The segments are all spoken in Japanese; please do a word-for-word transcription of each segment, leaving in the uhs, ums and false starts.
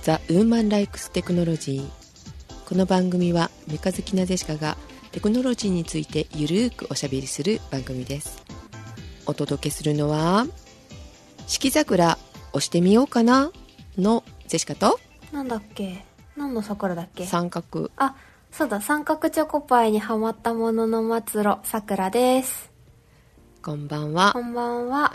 ザ・ウーマン・ライクス・テクノロジー。この番組はメカ好きなゼシカがテクノロジーについてゆるーくおしゃべりする番組です。お届けするのは四季桜押してみようかなのゼシカと、 なんだっけ、何の桜だっけ、 三角、 あ、そうだ、三角チョコパイにハマったものの末路、桜です。 こんばんは。 こんばんは。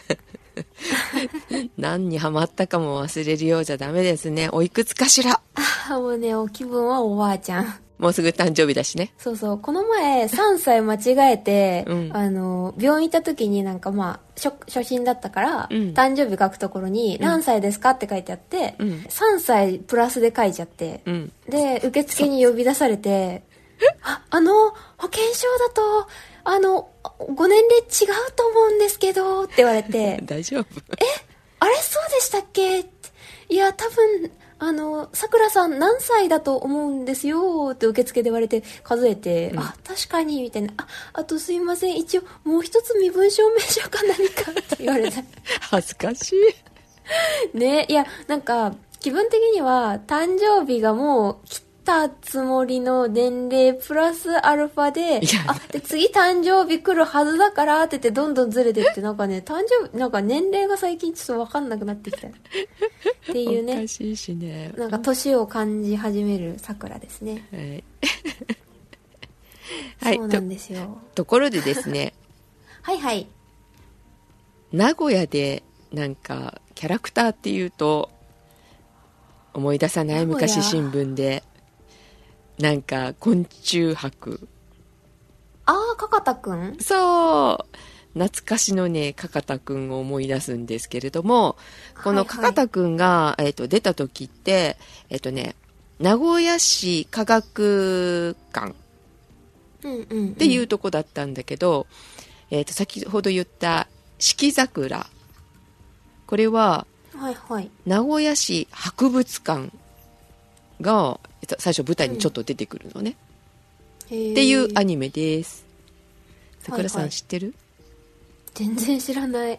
何にハマったかも忘れるようじゃダメですね。おいくつかしら。 あ、もうね、お気分はおばあちゃん。 もうすぐ誕生日だしね。 そうそう、この前さんさい間違えて、 うん、 あの病院行った時になんかまあ初, 初診だったから、うん、誕生日書くところに、うん、何歳ですかって書いてあって、うん、さんさいプラスで書いちゃって、うん、で受付に呼び出されてあ, あの保険証だとあのご年齢違うと思うんですけどって言われて大丈夫？ え、あれそうでしたっけ？いや多分あのさくらさん何歳だと思うんですよって受付で言われて数えて、うん、あ確かにみたいな、ああとすいません一応もう一つ身分証明書か何かって言われて恥ずかしいね。いやなんか気分的には誕生日がもう来たつもりの年齢プラスアルファで、あで次誕生日来るはずだからって言ってどんどんずれてって、なんかね誕生日なんか年齢が最近ちょっと分かんなくなってきたっていうね。 おかしいしね。 なんか年を感じ始める桜ですね。はい。そうなんですよ。 と, ところでですね。 はいはい。 名古屋でなんかキャラクターっていうと思い出さない？昔新聞でなんか昆虫博。 ああ、かかたくん。 そう懐かしのねかかたくんを思い出すんですけれども、このかかたくんが、はいはい、えー、と出た時ってえっ、ー、とね名古屋市科学館っていうとこだったんだけど、うんうんうん、えー、と先ほど言った四季桜、これは、 はいはい、 名古屋市博物館が最初舞台にちょっと出てくるのね、うん、っていうアニメです。さくらさん、はいはい、知ってる？ 全然知らない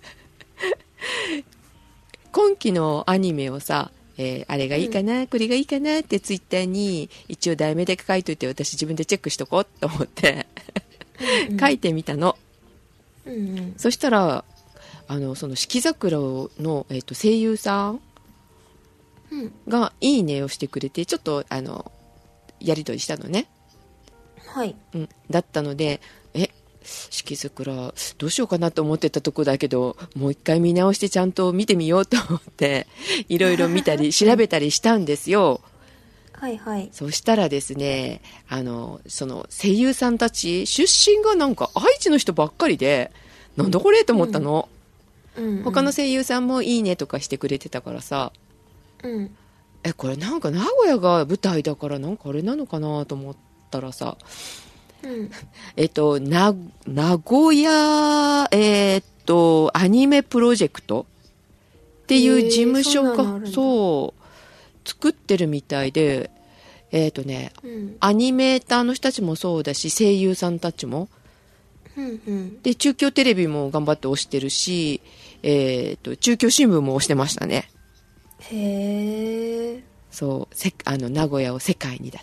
今期のアニメをさ、えー、あれがいいかな、うん、これがいいかなってツイッターに一応題名で書いといて、私自分でチェックしとこうと思ってうん、うん、書いてみたの、うんうん、そしたらあのその四季桜の、えー、と声優さんがいいねをしてくれて、ちょっとあのやり取りしたのね。 はい、 うん、だったので、え四季桜どうしようかなと思ってたとこだけど、もう一回見直してちゃんと見てみようと思っていろいろ見たり調べたりしたんですよはいはい。 そしたらですね、あのその声優さんたち出身がなんか愛知の人ばっかりで、なんだこれと思ったの、うんうんうん、他の声優さんもいいねとかしてくれてたからさ、うん、えこれなんか名古屋が舞台だからなんかあれなのかなと思ったらさ、うん、えっとな名古屋えー、っとアニメプロジェクトっていう事務所が、そう、そう作ってるみたいで、えー、っとね、うん、アニメーターの人たちもそうだし声優さんたちも、うんうん、で中京テレビも頑張って推してるし、えー、っと中京新聞も推してましたね。 へえ。 そうせあの名古屋を世界にだって。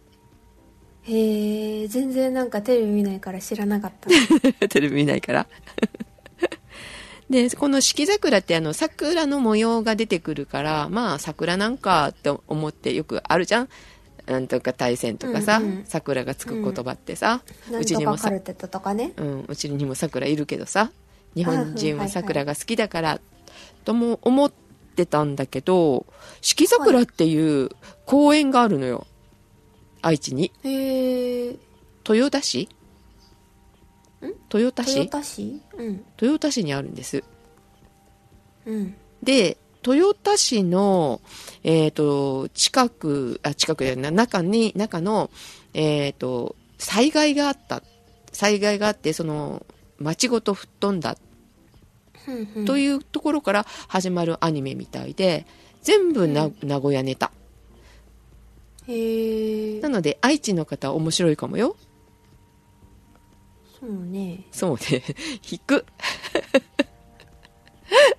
へえ、全然なんかテレビ見ないから知らなかったテレビ見ないからでこの四季桜ってあの桜の模様が出てくるから、まあ桜なんかって思ってよくあるじゃん、なんとか大戦とかさ、うんうん、桜がつく言葉ってさ、 うん、うちにもさ、なんとかカルテットとかね、 うん、うちにも桜いるけどさ、日本人は桜が好きだから、はいはい、とも思ってたんだけど、四季桜っていう公園があるのよ、愛知に。 へー。 豊田市ん豊田市豊田市、うん、 豊田市にあるんです、 うん、 で豊田市の、えー、と近くあ近くや中に中の、えー、と災害があった災害があってその町ごと吹っ飛んだ、うんうん、というところから始まるアニメみたいで、全部な、うん、名古屋ネタ。 へー。 なので愛知の方面白いかもよ。 そうね。 そうね引く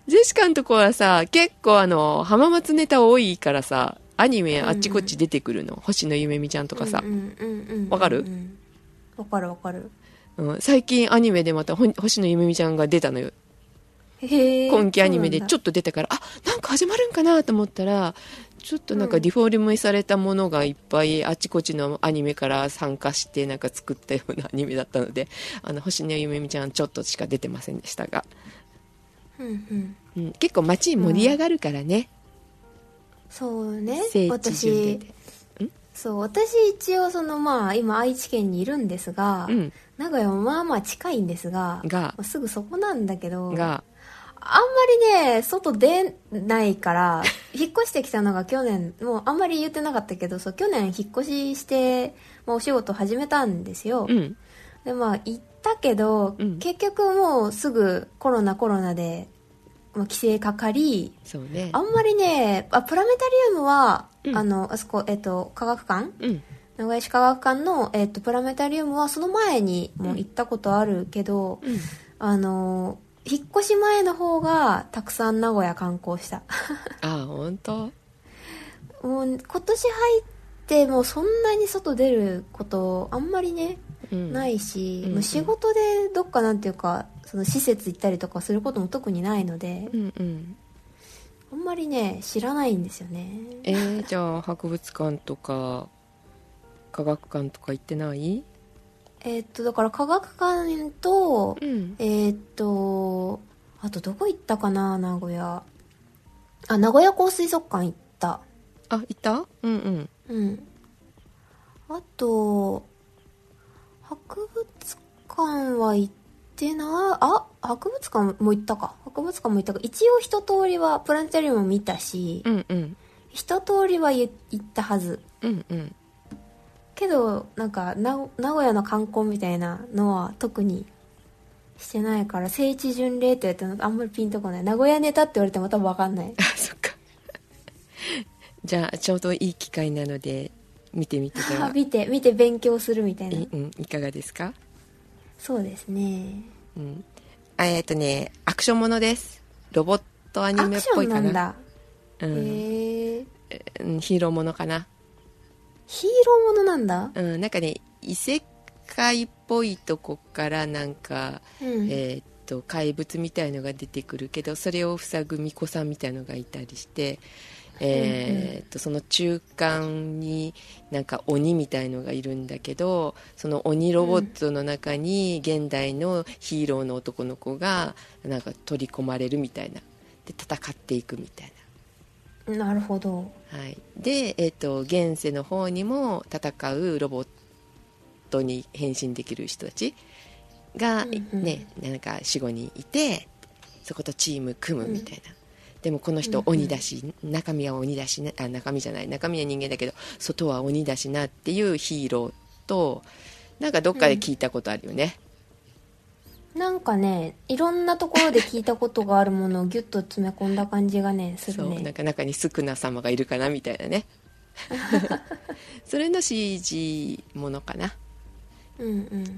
ジェシカのとこはさ、結構あの浜松ネタ多いからさ、アニメあっちこっち出てくるの、うんうん、星野ゆめみちゃんとかさ、わかる？ わかるわかる、 うん、最近アニメでまた星野ゆめみちゃんが出たのよ。へ今期アニメでちょっと出たから、あ、なんか始まるんかなと思ったら、ちょっとなんかディフォルメされたものがいっぱいあちこちのアニメから参加してなんか作ったようなアニメだったので、あの星野ゆめみちゃんちょっとしか出てませんでしたが、うんうんうん、結構街盛り上がるからね、 うん、そうね、私そう私一応そのまあ今愛知県にいるんですが、うん、名古屋もまあまあ近いんですが、がすぐそこなんだけど、があんまりね外出ないから引っ越してきたのが去年、もうあんまり言ってなかったけど、そう去年引っ越しして、まあ、お仕事始めたんですよ、うん、でまあ行ったけど、うん、結局もうすぐコロナコロナで、まあ、規制かかり、そうね、あんまりね、あプラネタリウムは、うん、あのあそこ、えっと、科学館、うん、名古屋市科学館の、えっと、プラネタリウムはその前にも行ったことあるけど、うん、あの引っ越し前の方がたくさん名古屋観光したあ、本当？ もう今年入ってもうそんなに外出ることあんまりね、うん、ないし、うんうん、仕事でどっかなんていうかその施設行ったりとかすることも特にないので、うんうん、あんまりね知らないんですよね。 えー、じゃあ博物館とか科学館とか行ってない？ えー、っとだから科学館と、うん、えー、っとあとどこ行ったかな、名古屋、あ名古屋港水族館行った。 あ、行った？うんうんうんあと博物館は行ってなあ博物館も行ったか博物館も行ったか一応一通りはプラネタリウムも見たし、うんうん、一通りは行ったはず、うんうんけどなんか名古屋の観光みたいなのは特にしてないから、聖地巡礼って言われてもあんまりピンとこない。名古屋ネタって言われても多分分かんない。 あ、そっかじゃあちょうどいい機会なので見てみてください。 見て見て勉強するみたいな。 い、うん、いかがですか？ そうですね、 うん、あえっとねアクションものです。ロボットアニメっぽいかな。アクションなんだ、うん、へえ、ヒーローものかな。 ヒーローものなんだ。 うん、なんかね異世界っぽいとこからなんか、うん、えー、っと怪物みたいのが出てくるけど、それを塞ぐ巫女さんみたいのがいたりして、えー、っとその中間になんか鬼みたいのがいるんだけど、その鬼ロボットの中に現代のヒーローの男の子がなんか取り込まれるみたいなで戦っていくみたいな。 なるほど、 はい、で、えー、と現世の方にも戦うロボットに変身できる人たちが、うんうん、ね、なんか よん,ご 人いて、そことチーム組むみたいな、うん、でもこの人鬼だし、うんうん、中身は鬼だしな、あ中身じゃない中身は人間だけど外は鬼だしなっていうヒーローと、なんかどっかで聞いたことあるよね、 うん、なんかねいろんなところで聞いたことがあるものをギュッと詰め込んだ感じがねするね。 そう、なんか中にスクナ様がいるかなみたいなねそれの シージー ものかな、うんうん、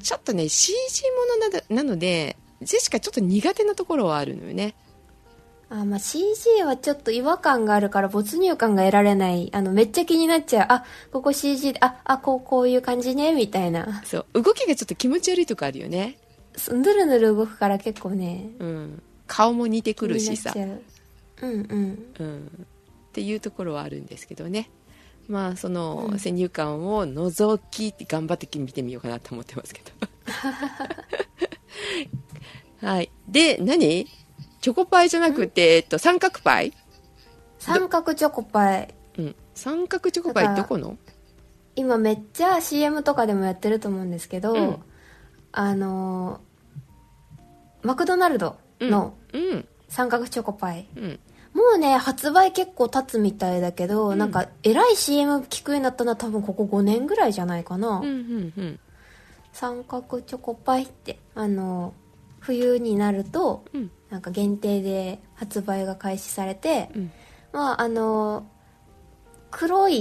ちょっとね シージー もの な, なのでジェシカちょっと苦手なところはあるのよね。 あ、まあ、シージー はちょっと違和感があるから没入感が得られない。あのめっちゃ気になっちゃう。あ、ここ シージー で、ああこうこういう感じねみたいな。 そう動きがちょっと気持ち悪いとこあるよね。 ぬるぬる動くから結構ね、 うん、顔も似てくるしさ、うんうん、 うん、っていうところはあるんですけどね。まあその先入観を除き頑張って見てみようかなと思ってますけどはい。で何チョコパイじゃなくて、えっと、三角パイ三角チョコパイ、 うん、三角チョコパイどこの？ 今めっちゃ シーエム とかでもやってると思うんですけど、うん、あのマクドナルドの三角チョコパイ、うんうん、もうね発売結構経つみたいだけど、うん、なんかえらい シーエム 聞くようになったのは多分ここごねんぐらいじゃないかな、うんうんうん、三角チョコパイってあの冬になると、うん、なんか限定で発売が開始されて、うん、まああの黒い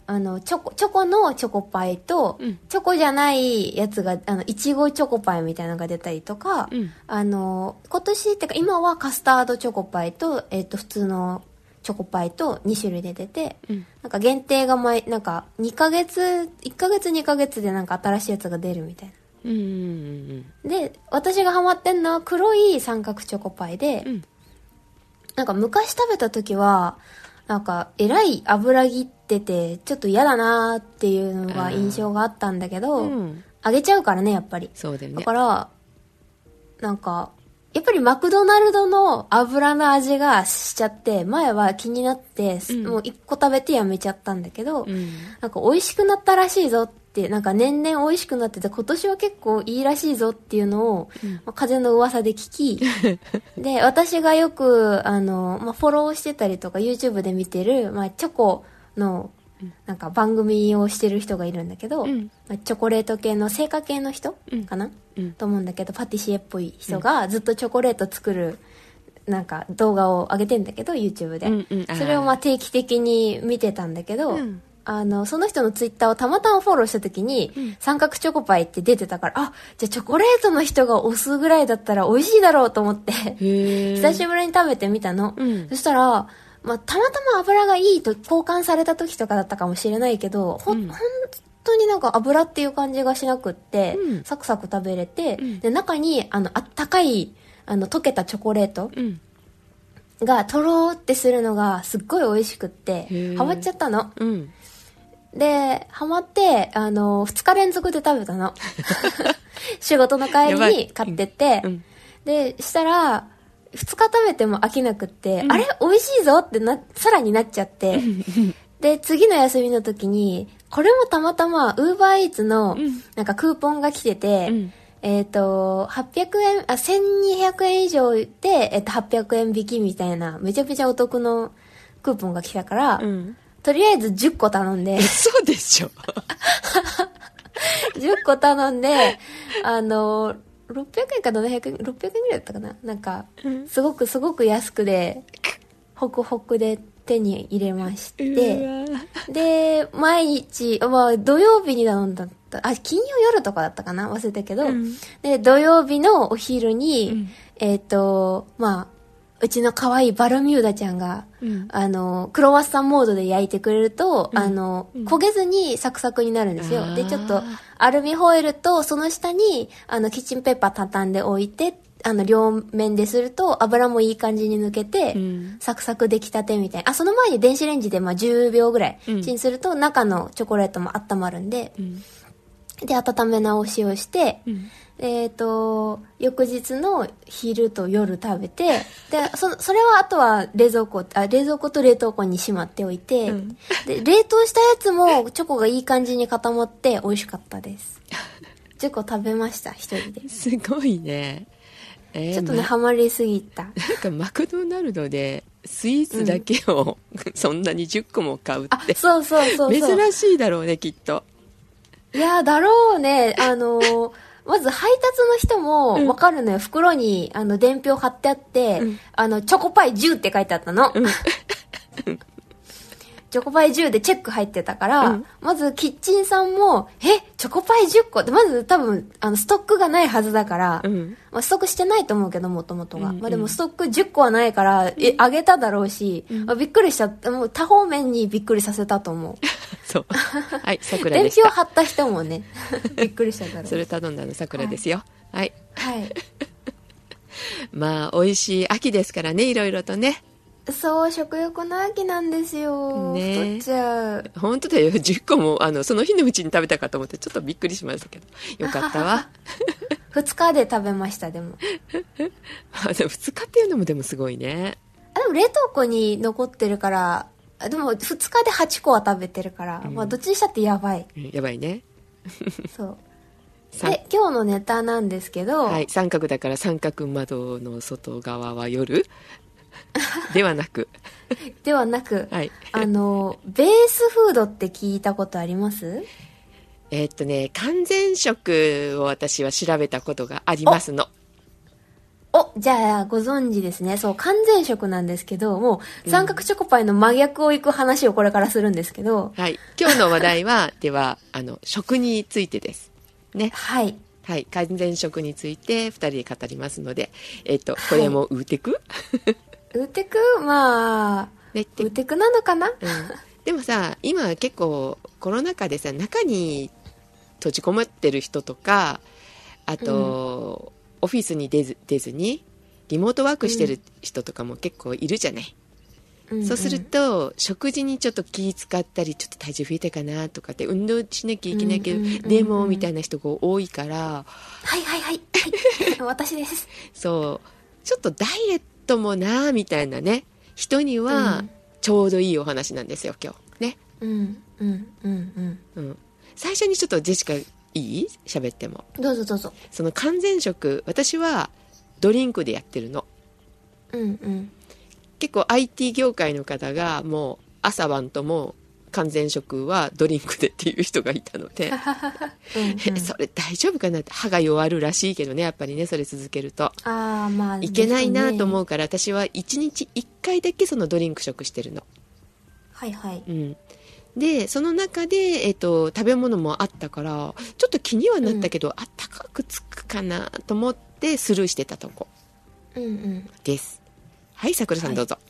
あのチョコチョコのチョコパイと、うん、チョコじゃないやつがあのいちごチョコパイみたいなのが出たりとか、うん、あの今年ってか今はカスタードチョコパイと、えー、と普通のチョコパイとに種類で出て、うん、なんか限定が毎なんかにかげついっかげつにかげつでなんか新しいやつが出るみたいな。うんうんうん、で私がハマってんのは黒い三角チョコパイで、うん、なんか昔食べた時はなんかえらい油切っててちょっと嫌だなっていうのが印象があったんだけど、うん、揚げちゃうからねやっぱり。 そうだよね。 だからなんかやっぱりマクドナルドの油の味がしちゃって前は気になって、うん、もういっこ食べてやめちゃったんだけど、うん、なんか美味しくなったらしいぞってなんか年々美味しくなってて今年は結構いいらしいぞっていうのを、うんまあ、風の噂で聞きで私がよくあの、まあ、フォローしてたりとか YouTube で見てる、まあ、チョコのなんか番組をしてる人がいるんだけど、うんまあ、チョコレート系の製菓系の人かな、うん、と思うんだけどパティシエっぽい人がずっとチョコレート作るなんか動画を上げてんだけど YouTube で、うんうん、それをまあ定期的に見てたんだけど、うん、あのその人のツイッターをたまたまフォローした時に、うん、三角チョコパイって出てたからあじゃあチョコレートの人が押すぐらいだったら美味しいだろうと思って久しぶりに食べてみたの、うん、そしたらまあ、たまたま油がいいと交換された時とかだったかもしれないけど、ほ、うん、本当になんか油っていう感じがしなくって、うん、サクサク食べれて、うん、で中にあのあったかいあの溶けたチョコレートがとろーってするのがすっごい美味しくってハマっちゃったの、うん、でハマってあのふつか連続で食べたの仕事の帰りに買ってって、うん、でしたらふつか食べても飽きなくって、うん、あれ美味しいぞってなさらになっちゃってで次の休みの時にこれもたまたまウーバーイーツのなんかクーポンが来てて、うん、えっ、ー、とはっぴゃくえんあせんにひゃくえん以上で、えー、とはっぴゃくえん引きみたいなめちゃめちゃお得のクーポンが来たから、うん、とりあえずじゅっこ頼んでそうでしょじゅっこ頼んであのろっぴゃくえんかななひゃくえんろっぴゃくえんぐらいだったかななんかすごくすごく安くでホクホクで手に入れましてで毎日、まあ、土曜日に頼んだったあ金曜夜とかだったかな忘れたけど、うん、で土曜日のお昼に、うん、えっ、ー、とまあうちの可愛いバルミューダちゃんが、うん、あのクロワッサンモードで焼いてくれると、うん、あの、うん、焦げずにサクサクになるんですよ。でちょっとアルミホイルとその下にあのキッチンペーパー畳んでおいてあの両面ですると油もいい感じに抜けて、うん、サクサク出来たてみたいなあその前に電子レンジでまあじゅうびょうぐらいチンすると、中のチョコレートも温まるんで、で温め直しをして、えっと翌日の昼と夜食べてで そ, それはあとは冷蔵庫あ冷蔵庫と冷凍庫にしまっておいて、うん、で冷凍したやつもチョコがいい感じに固まって美味しかったですじゅっこ食べました一人ですごいね、 えー、ちょっとね、ま、ハマりすぎたなんかマクドナルドでスイーツだけを、うん、そんなにじゅっこも買うってそうそうそうそう珍しいだろうねきっといやだろうねあのーまず配達の人も分かるのよ、うん、袋にあの伝票貼ってあって、うん、あのチョコパイじゅうって書いてあったの、うん、チョコパイじゅうでチェック入ってたから、うん、まずキッチンさんもえチョコパイじゅっこってまず多分あのストックがないはずだから、うんまあ、ストックしてないと思うけどもともとが、うんうんまあ、でもストックじゅっこはないから、うん、えあげただろうし、うんまあ、びっくりしたもう多方面にびっくりさせたと思うそうはいさくらでした伝票貼った人もねびっくりしただろうそれ頼んだのさくらですよはい、 はい、 まあ美味しい秋ですからねいろいろとねそう食欲の秋なんですよ、ね、太っちゃう本当だよじゅっこもあのその日のうちに食べたかと思ってちょっとびっくりしましたけどよかったわふつかで食べましたでもあでもふつかっていうのもでもすごいねあでも冷凍庫に残ってるからでもふつかではちこは食べてるから、うんまあ、どっちにしたってやばい、 うん、やばいねそうで今日のネタなんですけど、 はい、三角だから三角窓の外側は夜ではなくではなく、はい、あのベースフードって聞いたことあります？ えー、っとね完全食を私は調べたことがありますの。 おじゃあご存知ですね。そう、完全食なんですけど、もう三角チョコパイの真逆をいく話をこれからするんですけど、 はい、今日の話題はではあの食についてですね。 はい、 はい、完全食についてふたりで語りますので、えっとこれもウーテク、 ウーテク、まあウーテクなのかな、うん、 でもさ、今結構コロナ禍でさ、中に閉じこもってる人とか、あと、うん、オフィスに出ず、出ずにリモートワークしてる人とかも結構いるじゃない、うんうん、そうすると食事にちょっと気使ったり、ちょっと体重増えたかなとかって運動しなきゃいけないけど、うんうんうんうん、でもみたいな人が多いから、 はいはいはい、はい、私ですそうちょっとダイエットもなみたいなね人にはちょうどいいお話なんですよ今日ね。 うんうんうんうん、うん、 最初にちょっとジェシカいい？喋っても。 どうぞどうぞ。 その完全食、私はドリンクでやってるの。 うんうん。 結構 アイティー 業界の方がもう朝晩とも完全食はドリンクでっていう人がいたのでうん、うん、それ大丈夫かなって、歯が弱るらしいけどね、やっぱりね、それ続けるとあ、まあ、 いけないなと思うから、私はいちにちいっかいだけそのドリンク食してるの。 はいはい、 うん、でその中で、えーと、食べ物もあったからちょっと気にはなったけど、うん、あったかくつくかなと思ってスルーしてたとこ、 うんうん、 です。はい、さくらさんどうぞ。はい、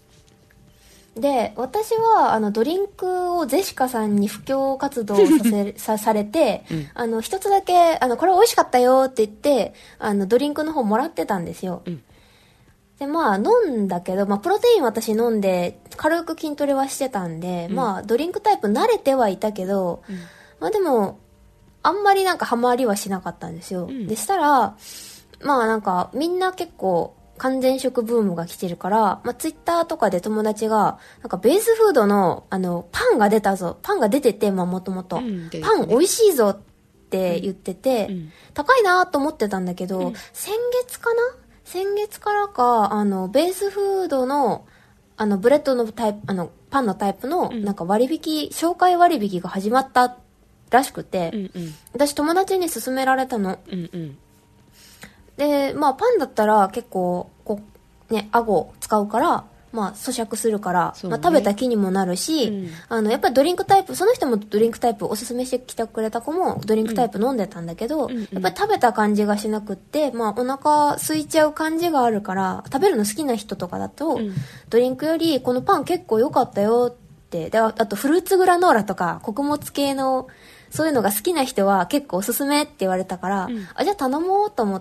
で私はあのドリンクをジェシカさんに布教活動させさ, されて、うん、あの一つだけあのこれ美味しかったよって言ってあのドリンクの方もらってたんですよ、うん、でまあ飲んだけど、まあ、プロテイン私飲んで軽く筋トレはしてたんで、うん、まあドリンクタイプ慣れてはいたけど、うん、まあでもあんまりなんかハマりはしなかったんですよ、うん、でしたらまあなんかみんな結構完全食ブームが来てるから、まあ、ツイッターとかで友達がなんかベースフードのあのパンが出たぞ、パンが出てて、まあもともとパン美味しいぞって言ってて、うんうん、高いなと思ってたんだけど、うん、先月かな先月からかあのベースフードのあのブレッドのタイプ、あのパンのタイプのなんか割引、紹介割引が始まったらしくて、うんうん、私友達に勧められたの、うんうん、でまあパンだったら結構こうね顎使うからまあ咀嚼するから、ね、まあ、食べた気にもなるし、うん、あのやっぱりドリンクタイプ、その人もドリンクタイプおすすめしてきてくれた子もドリンクタイプ飲んでたんだけど、うん、やっぱり食べた感じがしなくって、まあ、お腹空いちゃう感じがあるから食べるの好きな人とかだと、うん、ドリンクよりこのパン結構良かったよって、であとフルーツグラノーラとか穀物系のそういうのが好きな人は結構おすすめって言われたから、うん、あじゃあ頼もうと思って、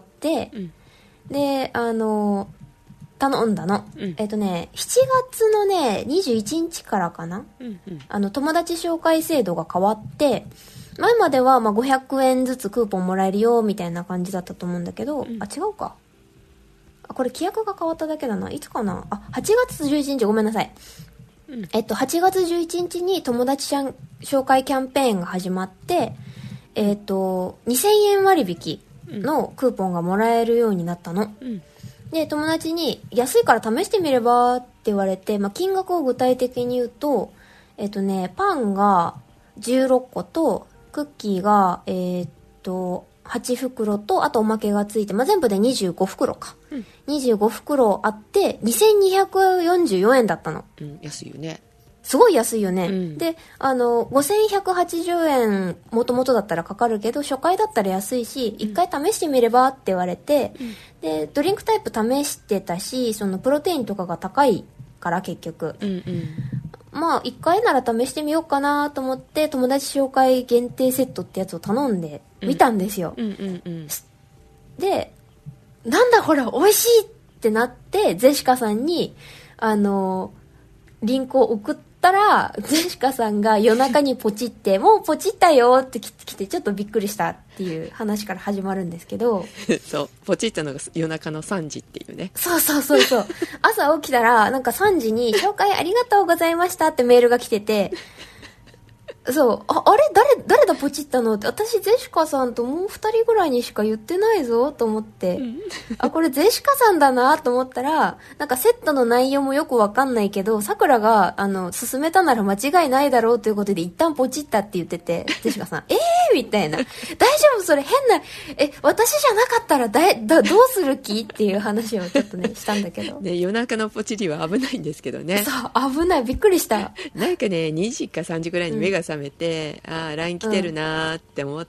うん、であの頼んだの、うん、えっとねしちがつのねにじゅういちにちからかな、うんうん、あの友達紹介制度が変わって前まではまあごひゃくえんずつクーポンもらえるよみたいな感じだったと思うんだけど、うん、あ違うか、あこれ規約が変わっただけだな、いつかな、あはちがつじゅういちにち、ごめんなさい、うん、えっとはちがつじゅういちにちに友達紹介キャンペーンが始まって、えっとにせんえん割引のクーポンがもらえるようになったの、うんで友達に安いから試してみればって言われて、まあ、金額を具体的に言うと、えっとね、パンがじゅうろっことクッキーが、えー、っとはちふくろとあとおまけがついて、まあ、全部でにじゅうごふくろか、うん、にじゅうごふくろあってにせんにひゃくよんじゅうよんえんだったの、 うん、安いよね、 すごい安いよね、 うん、 であのごせんひゃくはちじゅうえんもともとだったらかかるけど初回だったら安いし一回試してみればって言われて、うん、でドリンクタイプ試してたしそのプロテインとかが高いから結局、うんうん、まあ一回なら試してみようかなと思って友達紹介限定セットってやつを頼んでみたんですよ、うんうんうんうん、でなんだこれ美味しいってなってジェシカさんにあのリンクを送ったらジェシカさんが夜中にポチってもうポチったよって来てちょっとびっくりしたっていう話から始まるんですけどそうポチったのが夜中のさんじっていうね、 そうそうそうそう朝起きたらなんかさんじに紹介ありがとうございましたってメールが来ててそう、あ、あれ誰、誰だポチったのって、私ゼシカさんともう二人ぐらいにしか言ってないぞと思って、うん、あ、これゼシカさんだなと思ったら、なんかセットの内容もよくわかんないけど、さくらが、あの、進めたなら間違いないだろうということで一旦ポチったって言ってて、ゼシカさん、えーみたいな。大丈夫それ変な、え、私じゃなかったらだ、だ、どうする気っていう話をちょっとね、したんだけど。 ね、夜中のポチリは危ないんですけどね。 そう、危ない。びっくりした。 なんかね、にじかさんじぐらいに目が覚めて、うん、ああ ライン 来てるなーって思って、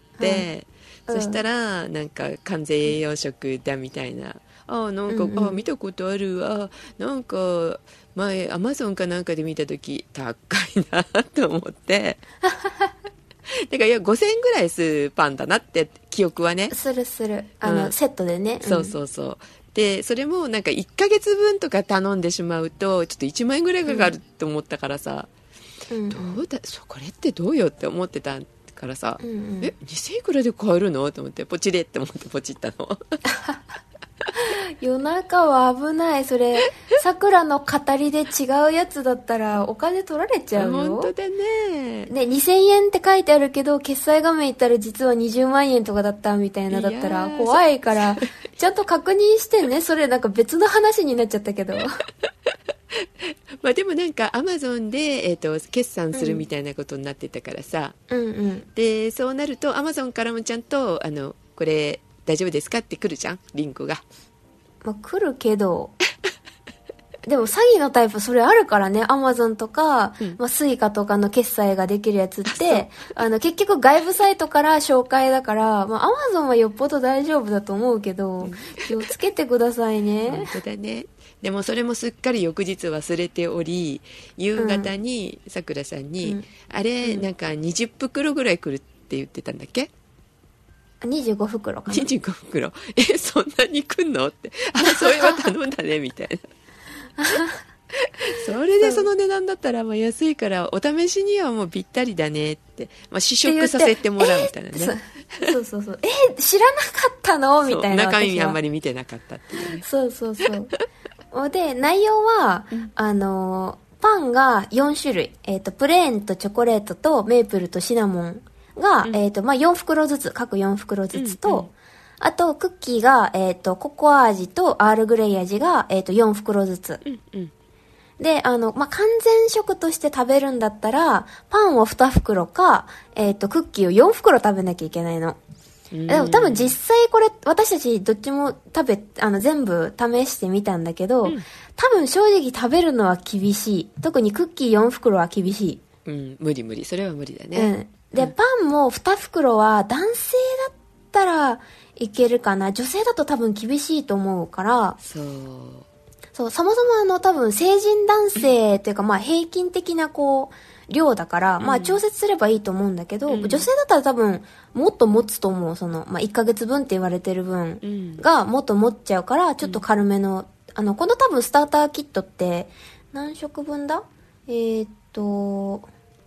うん、そしたらなんか完全栄養食だみたいな、ああなんか、うんうん、あ見たことある、あなんか前アマゾンかなんかで見た時高いなと思ってだからいやごせんえんぐらいするパンだなって記憶はねするするあの、うん、セットでね、 うん、そうそうそうでそれもなんかいっかげつぶんとか頼んでしまうとちょっといちまんえんぐらいかかると思ったからさ、うん、どうだそこれってどうよって思ってたからさ、うんうん、えにせんいくらで買えるのと思ってポチれって思ってポチったの夜中は危ないそれさくらの語りで違うやつだったらお金取られちゃうよ。 本当だね。 ねにせんえんって書いてあるけど決済画面行ったら実はにじゅうまんえんとかだったみたいなだったら怖いからちゃんと確認してね。それなんか別の話になっちゃったけどまあでもなんかアマゾンで、えー、と決算するみたいなことになってたからさ、 うんうんうん、 でそうなるとアマゾンからもちゃんとあのこれ大丈夫ですかって来るじゃんリンクが、 まあ、来るけどでも詐欺のタイプそれあるからね。アマゾンとか、うんまあ、スイカとかの決済ができるやつってあの結局外部サイトから紹介だから、まあ、アマゾンはよっぽど大丈夫だと思うけど、うん、気をつけてくださいね。 本当だね。でもそれもすっかり翌日忘れており夕方にさくらさんに、うん、あれ、うん、なんかにじゅっぷくろぐらい来るって言ってたんだっけ。 にじゅうごふくろかな。 にじゅうごふくろえそんなに来んのってあそれは頼んだねみたいなそれでその値段だったらまあ安いからお試しにはもうぴったりだねって、まあ、試食させてもらうみたいなね。 そうそうそうえー、知らなかったのみたいな。 中身あんまり見てなかったっていうね。 そうそうそうで内容は、うん、あのパンがよんしゅるい、えーと、プレーンとチョコレートとメープルとシナモンが、うんえーとまあ、よんふくろずつ各よんふくろずつと、うんうんあと、クッキーが、えっ、ー、と、ココア味とアールグレイ味が、えっ、ー、と、よんふくろずつ。うんうん、で、あの、まあ、完全食として食べるんだったら、パンをにふくろか、えっ、ー、と、クッキーをよんふくろ食べなきゃいけないの。でも多分実際これ、私たちどっちも食べ、あの、全部試してみたんだけど、うん、多分正直食べるのは厳しい。特にクッキーよんふくろは厳しい。 うん、無理無理。それは無理だね。 うん。で、うん、パンもにふくろは男性だったら、いけるかな。女性だと多分厳しいと思うからそうそうそもそもあの多分成人男性っていうかまあ平均的なこう量だから、うん、まあ調節すればいいと思うんだけど、うん、女性だったら多分もっと持つと思う。その、まあ、いっかげつぶんって言われてる分がもっと持っちゃうからちょっと軽めの、うん、あのこの多分スターターキットって何食分だえー、っと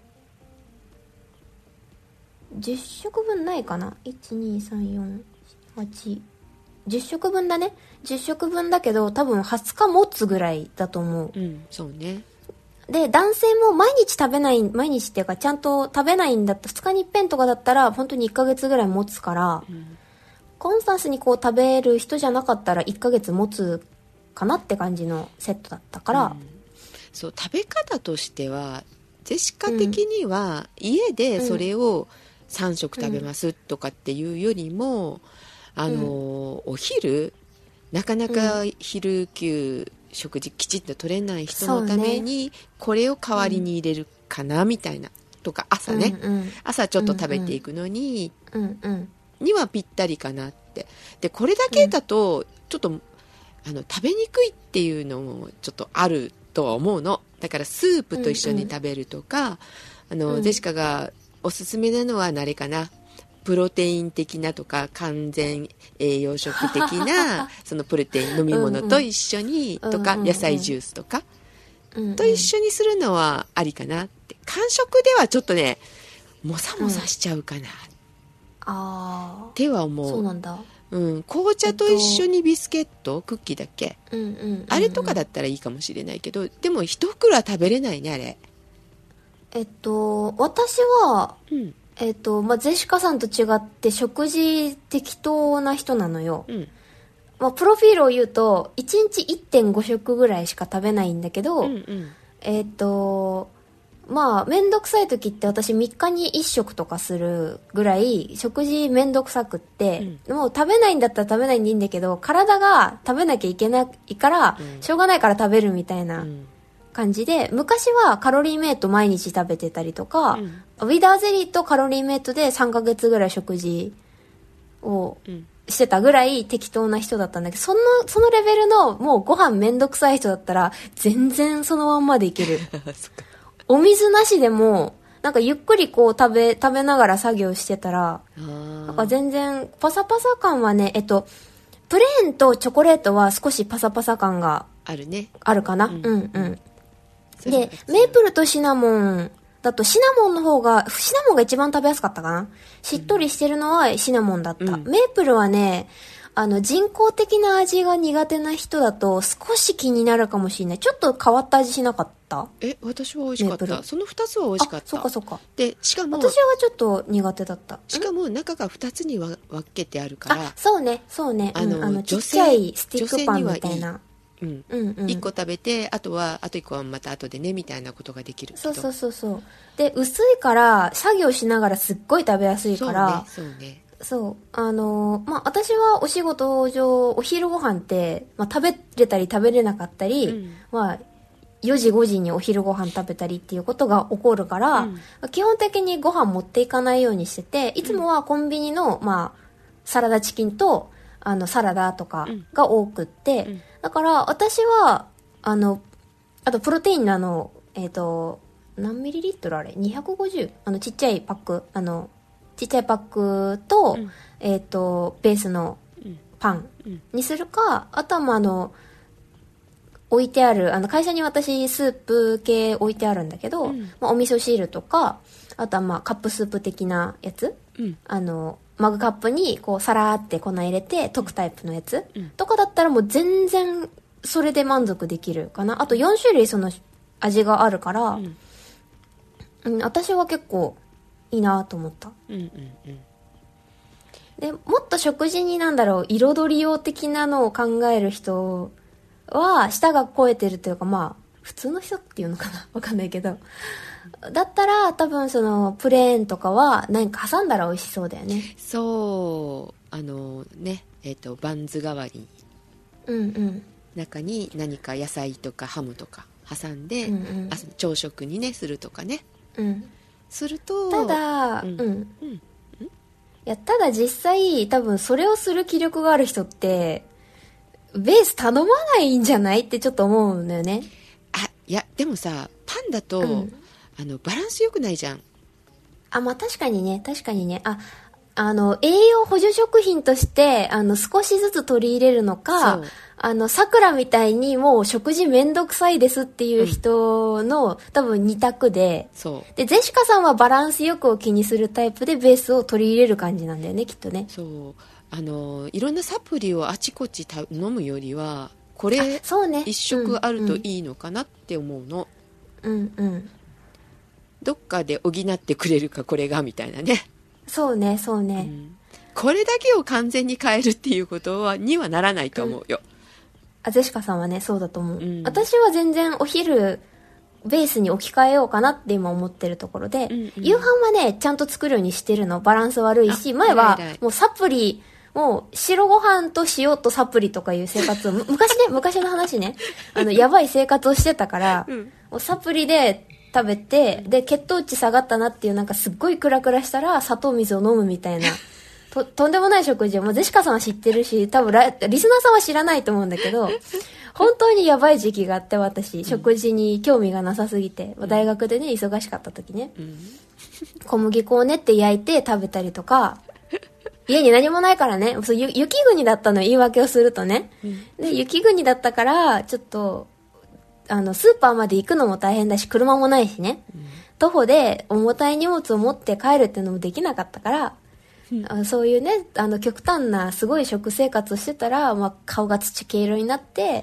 じゅっしょくぶんないかな。いちにさんよんはちじゅっしょくぶんだね。じゅっしょくぶんだけど多分はつか持つぐらいだと思う。 うん、そうね。 で男性も毎日食べない毎日っていうかちゃんと食べないんだったらふつかにいっぺんとかだったら本当にいっかげつぐらい持つから、うん、コンスタンスにこう食べる人じゃなかったらいっかげつ持つかなって感じのセットだったから、うん、 そう食べ方としてはジェシカ的には家でそれをさんしょく食べますとかっていうよりも、うんあのーうん、お昼なかなか昼休食事きちっと取れない人のためにこれを代わりに入れるかなみたいなとか朝ね、うんうん、朝ちょっと食べていくのに、うんうん、にはぴったりかなってでこれだけだとちょっと、うん、あの食べにくいっていうのもちょっとあるとは思うの。だからスープと一緒に食べるとか、うんうん、あの、うん、ジェシカがおすすめなのはあれかなプロテイン的なとか完全栄養食的なそのプロテイン飲み物と一緒にとか、うんうん、野菜ジュースとか、うんうん、と一緒にするのはありかなって間食ではちょっとねもさもさしちゃうかな、うん、 あっては思う。 そうなんだ、 うん、紅茶と一緒にビスケット、えっと、クッキーだっけ、 うんうんうんうん、 あれとかだったらいいかもしれないけどでも一袋は食べれないねあれ。 えっと私は、うん、えっとまあ、ゼシカさんと違って食事適当な人なのよ、うん、まあ、プロフィールを言うといちにち いってんご 食ぐらいしか食べないんだけど、うんうん、えっとまあめんどくさい時って私みっかにいっ食とかするぐらい食事めんどくさくって、うん、もう食べないんだったら食べないんでいいんだけど体が食べなきゃいけないから、うん、しょうがないから食べるみたいな感じで、昔はカロリーメイト毎日食べてたりとか、うん、ウィダーゼリーとカロリーメイトでさんかげつぐらい食事をしてたぐらい適当な人だったんだけど、そのそのレベルのもうご飯めんどくさい人だったら全然そのまんまでいけるお水なしでもなんかゆっくりこう食べ食べながら作業してたらなんか全然パサパサ感はね、えっとプレーンとチョコレートは少しパサパサ感があるね、 あるかな、うん、うんうんでメープルとシナモンだとシナモンの方がシナモンが一番食べやすかったかな。しっとりしてるのはシナモンだった、うん、メープルはねあの人工的な味が苦手な人だと少し気になるかもしれない。ちょっと変わった味しなかった？ え、私は美味しかった。そのふたつは美味しかった。 あ、そうかそうか。 で、しかも私はちょっと苦手だった。 しかも中がふたつに分けてあるから。 あ、そうねそうね。あの、うん、あのちっちゃいスティックパンみたいな。 うん、うんうん、いっこ食べてあとはあといっこはまた後でねみたいなことができる。 そうそうそうそう。で薄いから作業しながらすっごい食べやすいから。 そうねそうね。 そうあのー、まあ私はお仕事上お昼ご飯って、まあ、食べれたり食べれなかったり、うん、まあよじごじにお昼ご飯食べたりっていうことが起こるから、うん、基本的にご飯持っていかないようにしてて、いつもはコンビニの、まあ、サラダチキンとあのサラダとかが多くって、うん、だから私はあのあとプロテインのあのえっと何ミリリットルあれにひゃくごじゅうあのちっちゃいパックあのちっちゃいパックと、うん、えっとベースのパンにするか、うん、あとはまああの置いてあるあの会社に私スープ系置いてあるんだけど、うんまあ、お味噌汁とかあとはまあカップスープ的なやつ、うん、あのマグカップにこうサラーって粉入れて溶くタイプのやつ、うん、とかだったらもう全然それで満足できるかな。あとよん種類その味があるから、うんうん、私は結構いいなと思った、うんうんうん、でもっと食事になんだろう彩り用的なのを考える人は舌が肥えてるというかまあ普通の人っていうのかなわかんないけどだったら多分そのプレーンとかは何か挟んだら美味しそうだよね。 そうあのねえっ、ー、とバンズ代わりに、うんうん、中に何か野菜とかハムとか挟んで、うんうん、あ朝食にねするとかね、うん、するとただ、うんうん、いやただ実際多分それをする気力がある人ってベース頼まないんじゃないってちょっと思うんだよね。 あいやでもさパンだと、うん、あのバランス良くないじゃん。 あまあ確かにね確かにねああの栄養補助食品としてあの少しずつ取り入れるのかあのさくらみたいにもう食事めんどくさいですっていう人の、うん、多分に択でそうでゼシカさんはバランスよくを気にするタイプでベースを取り入れる感じなんだよねきっとね。 そうあのいろんなサプリをあちこちた飲むよりはこれ一食あるといいのかなって思うの。うんうん、どっかで補ってくれるかこれがみたいなね。 そうねそうね、うん、 これだけを完全に変えるっていうことはにはならないと思うよ、うん、 あゼシカさんはねそうだと思う、うん、私は全然お昼ベースに置き換えようかなって今思ってるところで、うんうん、夕飯はねちゃんと作るようにしてるの。バランス悪いし前はもうサプリもう白ご飯と塩とサプリとかいう生活を昔ね昔の話ねあのやばい生活をしてたから、うん、もうサプリで食べてで血糖値下がったなっていうなんかすっごいクラクラしたら砂糖水を飲むみたいな と, とんでもない食事をもうゼシカさんは知ってるし多分リスナーさんは知らないと思うんだけど本当にやばい時期があって私食事に興味がなさすぎて、うん、大学でね忙しかった時ね、うん、小麦粉を練って焼いて食べたりとか家に何もないからねそう雪国だったの言い訳をするとね、うん、で雪国だったからちょっとあのスーパーまで行くのも大変だし車もないしね、うん、徒歩で重たい荷物を持って帰るっていうのもできなかったから、うん、あそういうねあの極端なすごい食生活をしてたら、まあ、顔が土系色になって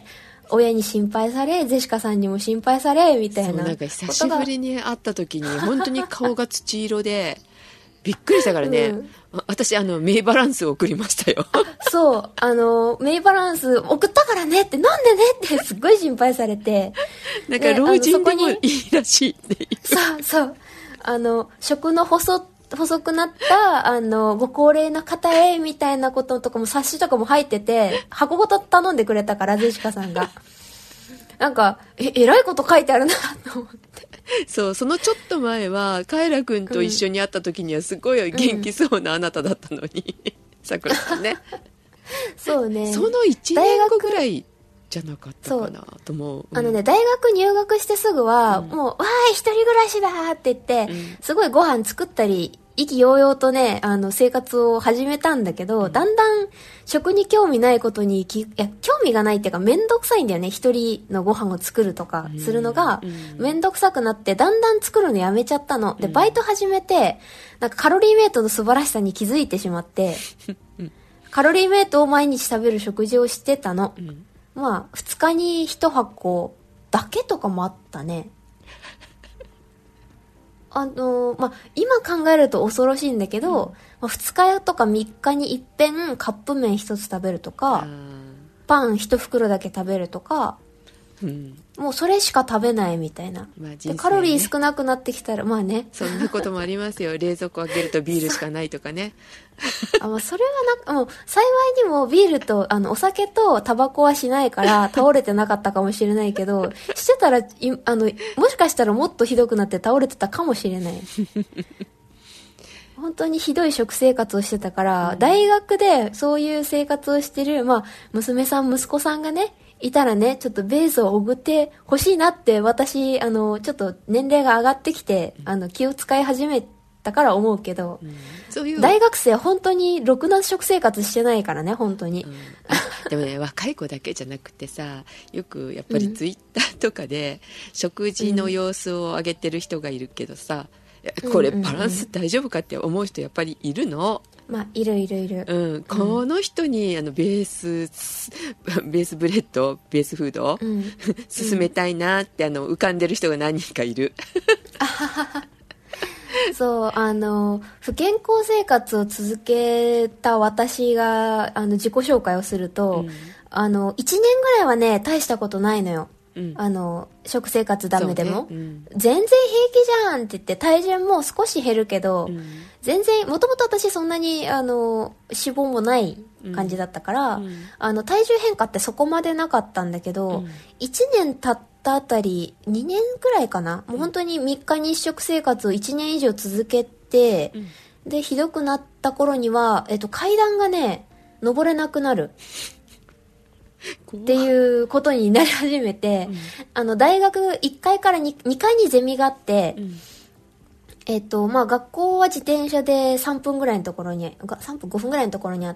親に心配され、ゼシカさんにも心配されみたいな。 そうなんか久しぶりに会った時に本当に顔が土色でびっくりしたからね、うん、私あのメイバランスを送りましたよ。 そうあのメイバランス送ったからねって、なんでねってすっごい心配されて、 なんか老人でもいいらしいっていう。 そうそうあの食の細細くなったあのご高齢の方へみたいなこととかも冊子とかも入ってて、箱ごと頼んでくれたから、ゼシカさんがなんかええらいこと書いてあるなと思って。 そうそのちょっと前はカエラ君と一緒に会った時にはすごい元気そうなあなただったのに、さくらさんね。 そうね、 そのいちねんごぐらいじゃなかったかなと思う、 うん、あのね大学入学してすぐは、うん、もうわーい一人暮らしだって言って、うん、すごいご飯作ったり意気揚々とねあの生活を始めたんだけど、うん、だんだん食に興味ないことにきいや興味がないっていうか面倒くさいんだよね。一人のご飯を作るとかするのが面倒くさくなって、だんだん作るのやめちゃったので、バイト始めてなんかカロリーメイトの素晴らしさに気づいてしまってカロリーメイトを毎日食べる食事をしてたの、うん、まあふつかにいち箱だけとかもあったね。あのー、まあ今考えると恐ろしいんだけど、うんまあ、ふつかとかみっかに一遍カップ麺一つ食べるとか、パン一袋だけ食べるとか、うん、もうそれしか食べないみたいな、まあ人生ね、でカロリー少なくなってきたらまあねそんなこともありますよ。冷蔵庫開けるとビールしかないとかね。 あ、まあ、それはなもう幸いにもビールとあのお酒とタバコはしないから倒れてなかったかもしれないけどしてたらいあのもしかしたらもっとひどくなって倒れてたかもしれない。本当にひどい食生活をしてたから、うん、大学でそういう生活をしてる、まあ、娘さん息子さんがねいたらねちょっとベースをおごってほしいなって、私あのちょっと年齢が上がってきて、うん、あの気を使い始めたから思うけど、うん、そういう大学生本当にろくな食生活してないからね本当に、うん、 でもね若い子だけじゃなくてさ、よくやっぱりツイッターとかで食事の様子を上げてる人がいるけどさ、うん、これバランス大丈夫かって思う人やっぱりいるの。 まあいるいるいる、 うん、この人にあのベースベースブレッドベースフード、うん、進めたいなってあの浮かんでる人が何人かいる。 そうあの不健康生活を続けた私があの自己紹介をすると、うん、あのいちねんぐらいはね大したことないのよ、うん、あの食生活ダメでも、ねうん、全然平気じゃんって言って体重も少し減るけど、うん、全然もともと私そんなにあの脂肪もない感じだったから、うん、あの体重変化ってそこまでなかったんだけど、うん、いちねん経ったあたりにねんくらいかな、もう本当にみっかにいっ食生活をいちねん以上続けて、うん、でひどくなった頃には、えっと、階段がね登れなくなるっていうことになり始めて、うん、あの大学いっかいから 2, にかいにゼミがあって、うん、えっとまあ学校は自転車でさんぷんぐらいのところにさんぷんごふんぐらいのところにあって、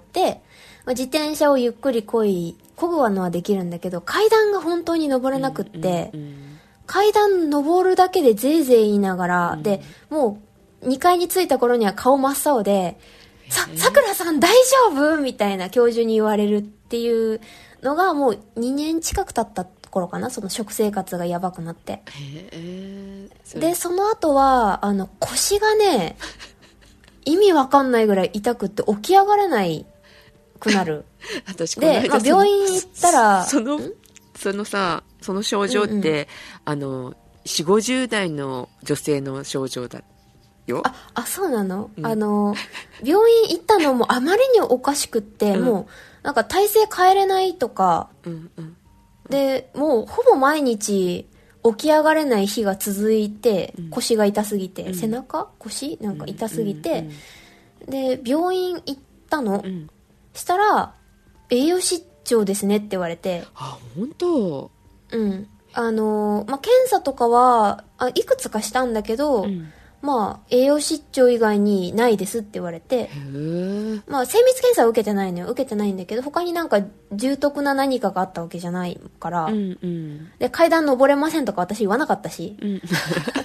まあ、自転車をゆっくりこい漕ぐのはできるんだけど階段が本当に登れなくって、うんうんうん、階段登るだけでぜいぜい言いながら、うん、でもうにかいに着いた頃には顔真っ青でささくらさん大丈夫みたいな教授に言われるっていうのがもうにねん近く経った頃かな、その食生活がやばくなって。へー、でその後はあの腰がね意味わかんないぐらい痛くって起き上がれないくなる。 私この間で、まあ、病院行ったらそのそのさその症状って、うんうん、あのよんじゅうごじゅう代の女性の症状だよ。 ああそうなの、うん、あの病院行ったのもあまりにおかしくって、うん、もうなんか体勢変えれないとか、うんうん、でもうほぼ毎日起き上がれない日が続いて、うん、腰が痛すぎて、うん、背中腰なんか痛すぎて、うんうんうん、で病院行ったの、うん、したら栄養失調ですねって言われて。 あ本当。 うんあのまあ、検査とかはあいくつかしたんだけど、うんまあ、栄養失調以外にないですって言われて、まあ、精密検査は受けてないのよ。受けてないんだけど、他になんか重篤な何かがあったわけじゃないから、うんうん、で、階段登れませんとか私言わなかったし、うん、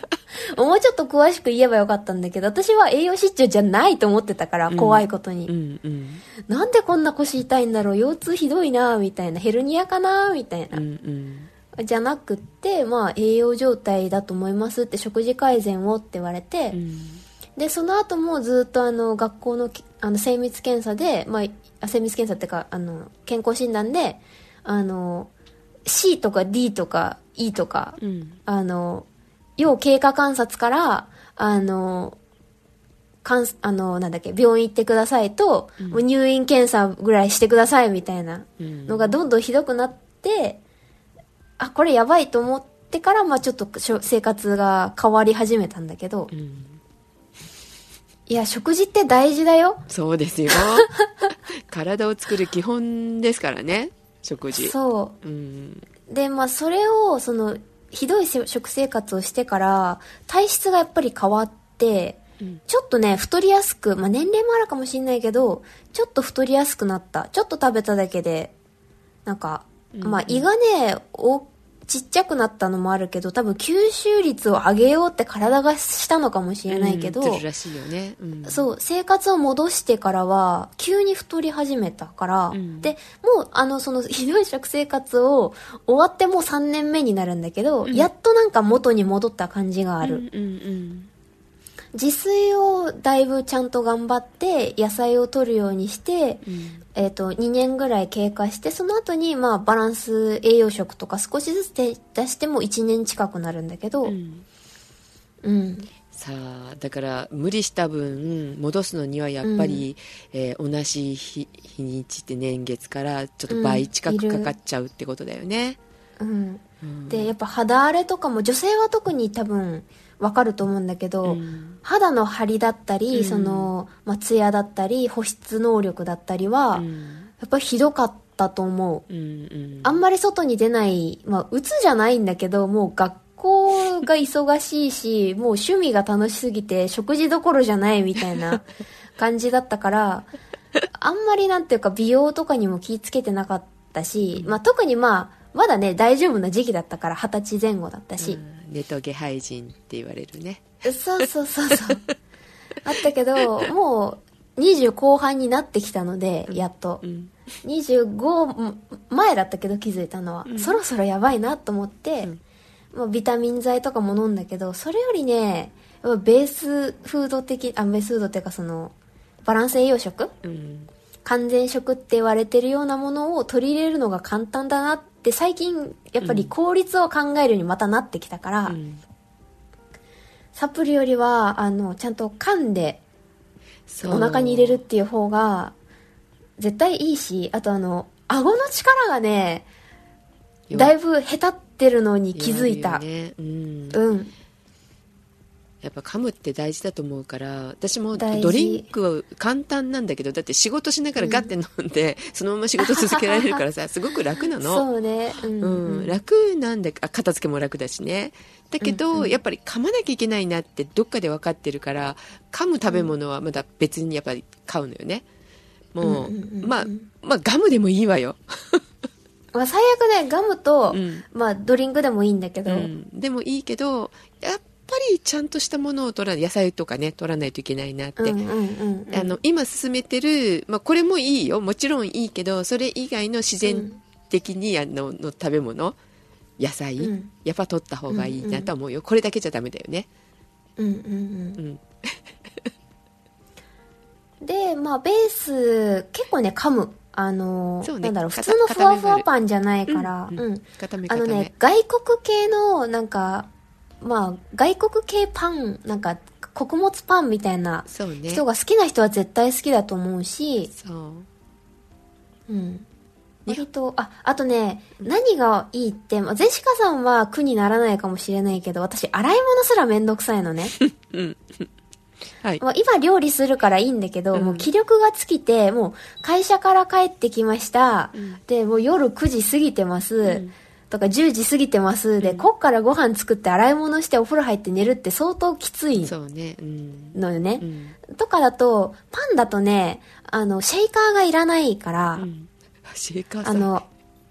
もうちょっと詳しく言えばよかったんだけど、私は栄養失調じゃないと思ってたから、怖いことに、 うんうんうん、 なんでこんな腰痛いんだろう、腰痛ひどいなみたいな、ヘルニアかなみたいな、うんうん、じゃなくって、まあ栄養状態だと思いますって、食事改善をって言われて、うん、でその後もずっとあの学校のあの精密検査で、まあ、精密検査っていうかあの健康診断であの C とか D とか E とか、うん、あの要経過観察からあのかんあのなんだっけ病院行ってくださいと、うん、もう入院検査ぐらいしてくださいみたいなのがどんどんひどくなって、うん、あこれやばいと思ってから、まあ、ちょっと生活が変わり始めたんだけど、うん、いや食事って大事だよ。 そうですよ体を作る基本ですからね、食事。そう、うん、 でまあそれをそのひどい食生活をしてから体質がやっぱり変わって、うん、ちょっとね太りやすく、まあ、年齢もあるかもしれないけどちょっと太りやすくなった。ちょっと食べただけでなんか、うんうん、まあ胃がね大ちっちゃくなったのもあるけど、多分吸収率を上げようって体がしたのかもしれないけど、 うん、らしいよね、うん、 そう生活を戻してからは急に太り始めたから、うん、でもうあのそのひどい食生活を終わってもうさんねんめになるんだけど、うん、やっとなんか元に戻った感じがある、うんうんうん、自炊をだいぶちゃんと頑張って野菜を摂るようにして、うんえー、とにねんぐらい経過して、その後にまあバランス栄養食とか少しずつ出してもいちねん近くなるんだけど、うんうん、さあだから無理した分戻すのにはやっぱり、うんえー、同じ 日, 日にちって年月からちょっと倍近くかかっちゃうってことだよね、 うんうん、でやっぱ肌荒れとかも女性は特に多分わかると思うんだけど、うん、肌の張りだったり、うんそのまあ、ツヤだったり保湿能力だったりは、うん、やっぱりひどかったと思う、うんうん、あんまり外に出ない、まあ、うつじゃないんだけどもう学校が忙しいしもう趣味が楽しすぎて食事どころじゃないみたいな感じだったからあんまりなんていうか美容とかにも気ぃつけてなかったし、まあ、特にまあまだね大丈夫な時期だったから二十歳前後だったし、 うん、ネトゲ廃人って言われるね。 そうそうそうそうあったけどもうにじゅう後半になってきたので、うん、やっと、うん、にじゅうご前だったけど気づいたのは、うん、そろそろやばいなと思って、うんまあ、ビタミン剤とかも飲んだけどそれよりねベースフード的あベースフードっていうかそのバランス栄養食、うん、完全食って言われてるようなものを取り入れるのが簡単だなって最近やっぱり効率を考えるようにまたなってきたから、うん、サプリよりはあのちゃんと噛んでお腹に入れるっていう方が絶対いいし、あとあの顎の力がねだいぶへたってるのに気づいた、ねうん、うんやっぱ噛むって大事だと思うから私もドリンクは簡単なんだけどだって仕事しながらガッて飲んで、うん、そのまま仕事続けられるからさすごく楽なのそうね、うんうん、楽なんだあ片付けも楽だしねだけど、うんうん、やっぱり噛まなきゃいけないなってどっかで分かってるから噛む食べ物はまだ別にやっぱり買うのよねもう、うんうんうんうん、まあまあガムでもいいわよまあ最悪ねガムと、うんまあ、ドリンクでもいいんだけど、うん、 でもいいけどやっやっぱりちゃんとしたものを取らない野菜とかね取らないといけないなって、うんうんうんうん、あの今進めてる、まあ、これもいいよもちろんいいけどそれ以外の自然的に、うん、あのの食べ物野菜、うん、やっぱ取った方がいいなと思うよ、うんうん、これだけじゃダメだよねうんうんうんうんでまあベース結構ね噛むあのーね、なんだろう普通のふわふわパンじゃないから、うんうん、固め固めあのね外国系のなんかまあ外国系パンなんか穀物パンみたいな人が好きな人は絶対好きだと思うしそううん割とああとね何がいいって、まあ、ゼシカさんは苦にならないかもしれないけど私洗い物すらめんどくさいのねうんはいまあ、今料理するからいいんだけど、うん、もう気力が尽きてもう会社から帰ってきました、うん、でもう夜くじ過ぎてます、うんとかじゅうじ過ぎてますで、うん、こっからご飯作って洗い物してお風呂入って寝るって相当きついのよね、うんうん、とかだとパンだとねあのシェイカーがいらないから、うん、 シェイカーさあの、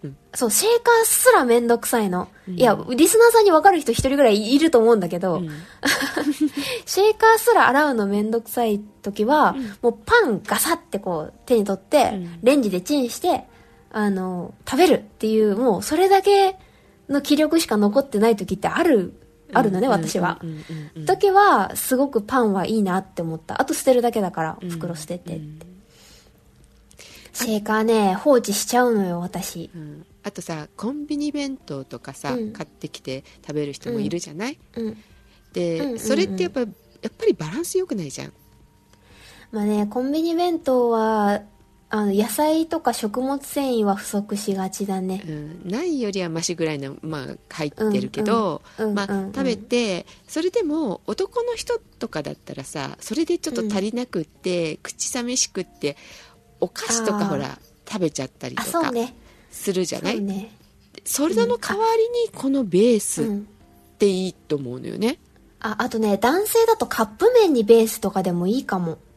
うん、そうシェーカーすらめんどくさいの、うん、いやリスナーさんに分かる人一人ぐらいいると思うんだけど、うん、シェーカーすら洗うのめんどくさい時は、うん、もうパンガサってこう手に取って、うん、レンジでチンしてあの食べるっていう、もうそれだけの気力しか残ってない時ってあるあるのね、私は。時はすごくパンはいいなって思った。あと捨てるだけだから袋捨ててって、うんうん、シェーカーね放置しちゃうのよ私、 うん、あとさコンビニ弁当とかさ、うん、買ってきて食べる人もいるじゃない、うん、で、うんうんうん、それってやっぱやっぱりバランス良くないじゃん。 まあね、コンビニ弁当はあの野菜とか食物繊維は不足しがちだね、 うん、ないよりはマシぐらいの、まあ、入ってるけど、うんうんまあうんうん、食べてそれでも男の人とかだったらさそれでちょっと足りなくって、うん、口寂しくってお菓子とかほら食べちゃったりとかするじゃない。 そ,、ね、それの代わりにこのベースっていいと思うのよね、 うん、あ, あとね男性だとカップ麺にベースとかでもいいかも。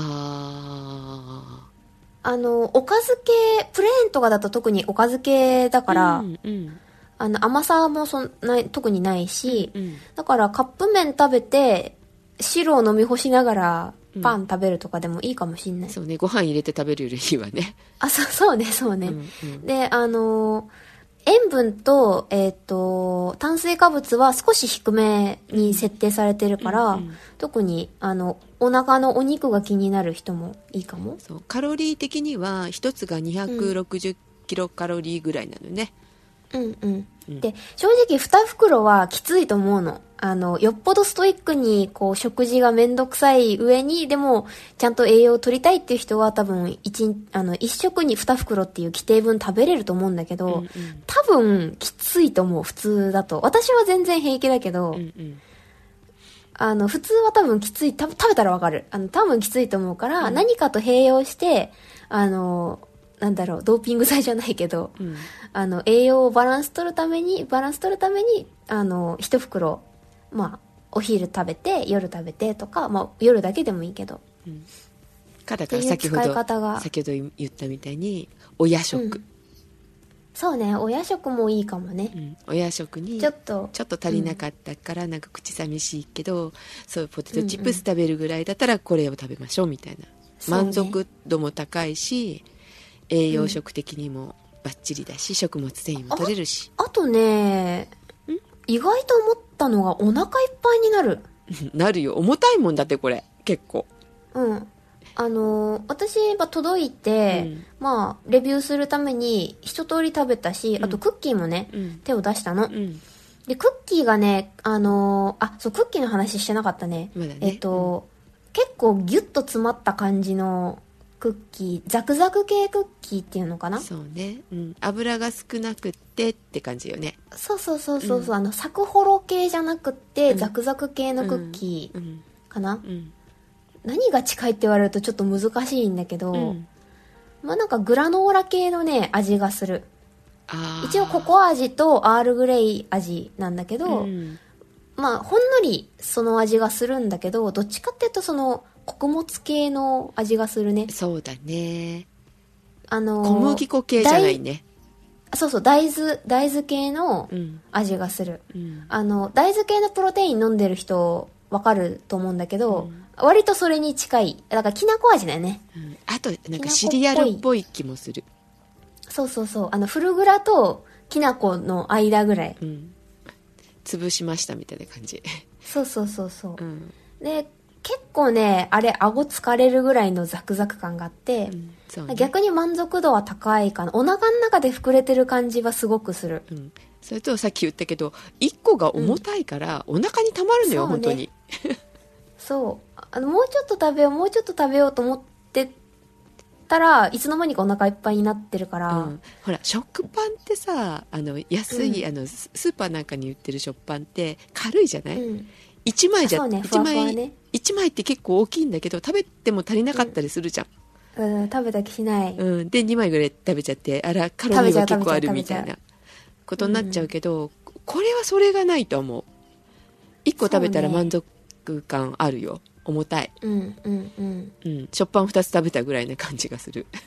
ああのおかず系プレーンとかだと特におかず系だから、うんうん、あの甘さもそんな特にないし、うんうん、だからカップ麺食べて汁を飲み干しながらパン食べるとかでもいいかもしんない、 うん、そうね、ご飯入れて食べるよりいいわね。 あ、そうそうねそうね、うんうん、であの塩分と、えーと、炭水化物は少し低めに設定されてるから、うんうん、特にあのお腹のお肉が気になる人もいいかも。 そうカロリー的には一つがにひゃくろくじゅっキロカロリーぐらいなのね、 うんうんうん、で正直に袋はきついと思うの。あのよっぽどストイックにこう食事がめんどくさい上にでもちゃんと栄養を取りたいっていう人は多分 1, あのいっ食にに袋っていう規定分食べれると思うんだけど、うんうん、多分きついと思う普通だと。私は全然平気だけど、うんうん、あの普通は多分きつい食べたらわかる。あの多分きついと思うから、うん、何かと併用してあのなんだろうドーピング剤じゃないけど、うん、あの栄養をバランス取るためにバランス取るためにあの一袋まあお昼食べて夜食べてとか、まあ、夜だけでもいいけど、うん、 かだから先ほど先ほど言ったみたいにお夜食、うん、 そうねお夜食もいいかもね、 うん、お夜食にちょっとちょっと足りなかったからなんか口寂しいけど、うん、そうポテトチップス食べるぐらいだったらこれを食べましょうみたいな、うんうん、満足度も高いし、ね、栄養食的にもバッチリだし、うん、食物繊維も取れるし、 あ, あとね意外と思ったのがお腹いっぱいになるなるよ、重たいもんだってこれ結構。 うんあのー、私は届いて、うん、まあレビューするために一通り食べたし、うん、あとクッキーもね、うん、手を出したの、うん、でクッキーがねあのー、あそうクッキーの話してなかったね、まだねえっと、結構ギュッと詰まった感じのクッキーザクザク系クッキーっていうのかな。 そうね、うん、油が少なくってって感じよね。 そうそうそうそう、うん、あのサクホロ系じゃなくって、うん、ザクザク系のクッキーかな、うんうん、何が近いって言われるとちょっと難しいんだけど、うん、まあなんかグラノーラ系のね味がする。あ一応ココア味とアールグレイ味なんだけど、うん、まあほんのりその味がするんだけどどっちかっていうとその穀物系の味がするね。 そうだね、あの小麦粉系じゃないね。 そうそう大豆大豆系の味がする、うん、あの大豆系のプロテイン飲んでる人わかると思うんだけど、うん、割とそれに近いだからきなこ味だよね、 うん、あとなんかシリアルっぽい気もする。 そうそうそうあのフルグラときなこの間ぐらい、うん、 潰しましたみたいな感じ。 そうそうそうそう、うん、で結構ねあれ顎疲れるぐらいのザクザク感があって、うんそうね、逆に満足度は高いかな。お腹の中で膨れてる感じはすごくする、うん、 それとさっき言ったけどいっこが重たいから、うん、お腹にたまるのよ、ね、本当にそうあのもうちょっと食べようもうちょっと食べようと思ってたらいつの間にかお腹いっぱいになってるから、うん、 ほら食パンってさあの安い、うん、あのスーパーなんかに売ってる食パンって軽いじゃない、うん、いちまいじゃ、ね、いちまいふわふわね、いちまいって結構大きいんだけど食べても足りなかったりするじゃん、 うんうん、食べた気しない、 うん、でにまいぐらい食べちゃってあらカロリーは結構あるみたいなことになっちゃうけど、うん、これはそれがないと思う。いっこ食べたら満足感あるよ、重たい、 うんうんうんうん、食パンふたつ食べたぐらいな感じがする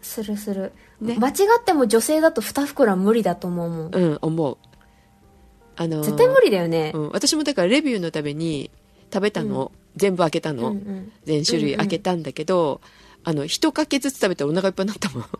するする、ね、間違っても女性だとに袋は無理だと思うもん。 うん思う。あのー、 絶対無理だよね、 うん、私もだからレビューのために食べたの、うん、全部開けたの、うんうん、全種類開けたんだけど、うんうん、あの一かけずつ食べたらお腹いっぱいになったもん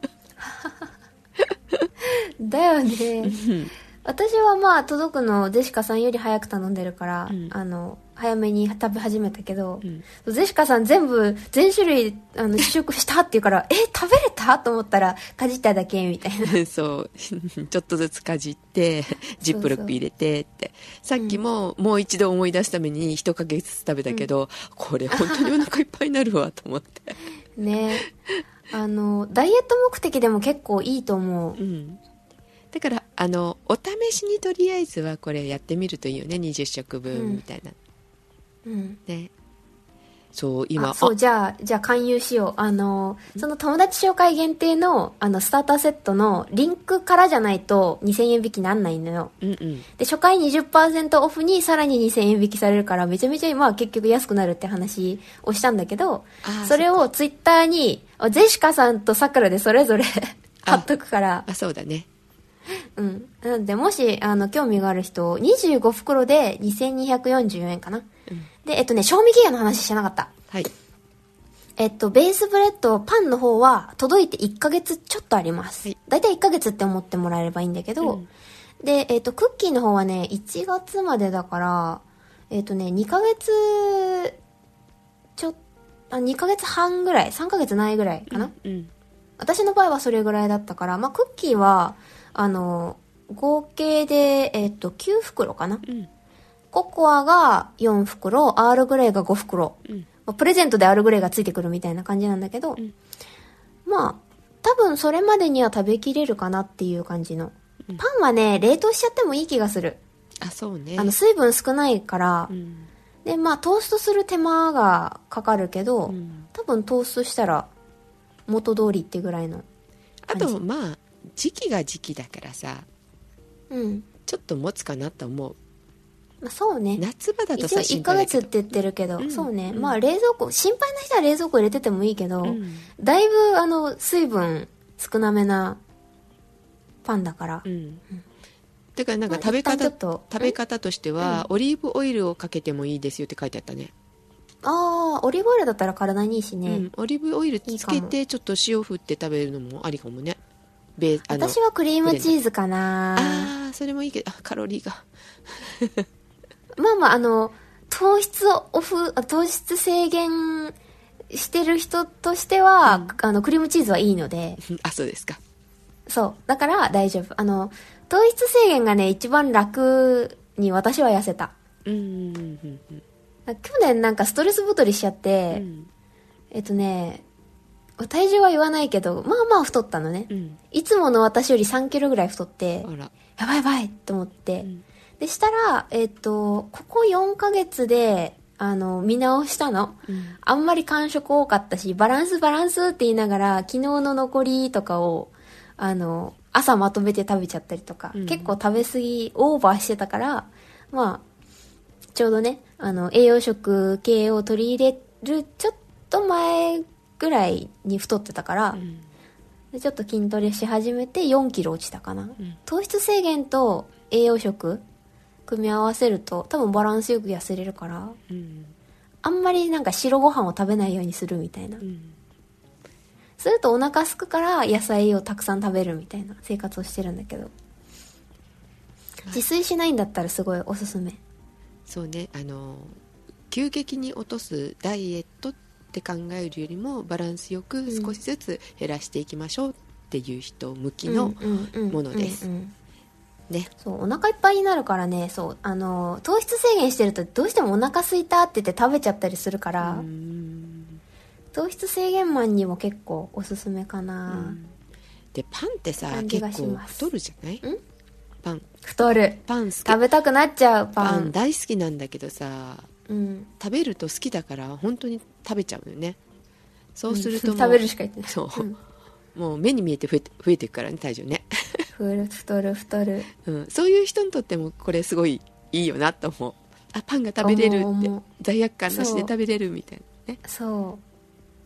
だよね私はまあ届くのジェシカさんより早く頼んでるから、うん、あの早めに食べ始めたけど、うん、ジェシカさん全部全種類あの試食したって言うからえ食べれたと思ったらかじっただけみたいなそうちょっとずつかじってジップロック入れてってさっきももう一度思い出すために一かけずつ食べたけど、うん、これ本当にお腹いっぱいになるわと思ってねあのダイエット目的でも結構いいと思う、うん、 だからあのお試しにとりあえずはこれやってみるといいよね。にじゅっしょくぶんみたいな、うん、ね、そう今そうじゃあじゃあ勧誘しよう。あのその友達紹介限定のあのスターターセットのリンクからじゃないとにせんえん引きなんないのよ、うんうん、で初回 にじゅっパーセント オフにさらににせんえん引きされるからめちゃめちゃ、まあ、結局安くなるって話をしたんだけど、それをツイッターにジェシカさんとさくらでそれぞれ貼っとくから。 あ、そうだね。 うん。なので、もし、あの、興味がある人、にじゅうご袋でにせんにひゃくよんじゅうよえんかな。うん、で、えっとね、賞味期限の話してなかった。 はい。 えっと、ベースブレッド、パンの方は、届いていっかげつちょっとあります。はい、だいたいいっかげつって思ってもらえればいいんだけど、うん、で、えっと、クッキーの方はね、いちがつまでだから、えっとね、にかげつ、ちょっと、あ、にかげつはんぐらい、さんかげつないぐらいかな。うんうん、私の場合はそれぐらいだったから、まあ、クッキーは、あの、合計で、えっと、きゅう袋かな、うん、ココアがよん袋、アールグレイがご袋、うん、まあ、プレゼントでアールグレイがついてくるみたいな感じなんだけど、うん、まあ、多分それまでには食べきれるかなっていう感じの。うん、パンはね、冷凍しちゃってもいい気がする。 あ、そうね。 あの、水分少ないから、うん、で、まあ、トーストする手間がかかるけど、うん、多分トーストしたら元通りってぐらいの感じ。 あと、まあ、時期が時期だからさ、うん、ちょっと持つかなと思う。 まあ、そうね。 夏場だとさ、 一応いっかげつって言ってるけど、うん、そうね、うん、まあ冷蔵庫、心配な人は冷蔵庫入れててもいいけど、うん、だいぶあの水分少なめなパンだから、うんうん、 だからなんか食べ方、まあ、食べ方としては、うん、オリーブオイルをかけてもいいですよって書いてあったね。 ああ、オリーブオイルだったら体にいいしね、うん、 オリーブオイルつけてちょっと塩振って食べるのもありかもね。 ベあ私はクリームチーズかな。 ああ、それもいいけど、カロリーがまあまあ、あの糖質をオフ糖質制限してる人としては、うん、あのクリームチーズはいいのであ、そうですか。 そうだから大丈夫。あの糖質制限がね一番楽に私は痩せた。うんうんうんうん、去年なんかストレス太りしちゃって、うん、えっとね体重は言わないけどまあまあ太ったのね、うん、いつもの私よりさんキロぐらい太って、あらやばいやばいと思って、うん、でしたらえっとここよんかげつであの見直したの、うん、あんまり間食多かったしバランスバランスって言いながら昨日の残りとかをあの朝まとめて食べちゃったりとか、うん、結構食べ過ぎオーバーしてたからまあちょうどねあの栄養食系を取り入れるちょっと前ぐらいに太ってたから、うん、でちょっと筋トレし始めてよんキロ落ちたかな、うん、糖質制限と栄養食組み合わせると多分バランスよく痩せれるから、うん、あんまりなんか白ご飯を食べないようにするみたいな、うん、するとお腹すくから野菜をたくさん食べるみたいな生活をしてるんだけど、自炊しないんだったらすごいおすすめ。 そうね、あの急激に落とすダイエットって考えるよりもバランスよく少しずつ減らしていきましょうっていう人向きのものですね。 そうお腹いっぱいになるからね。そうあの糖質制限してるとどうしてもお腹空いたって言って食べちゃったりするから、うーん糖質制限マンにも結構おすすめかな。 でパンってさ結構太るじゃない？んパン太る。パン食べたくなっちゃう。パン、 パン大好きなんだけどさ、うん、食べると好きだから本当に食べちゃうよね。そうするともう、うん、 食べるしか言ってない。 そう、うん、もう目に見えて増えて、増えていくからね体重ね太る太る太る、 うん、そういう人にとってもこれすごいいいよなと思う。あパンが食べれるって罪悪感なしで食べれるみたいなね。 そう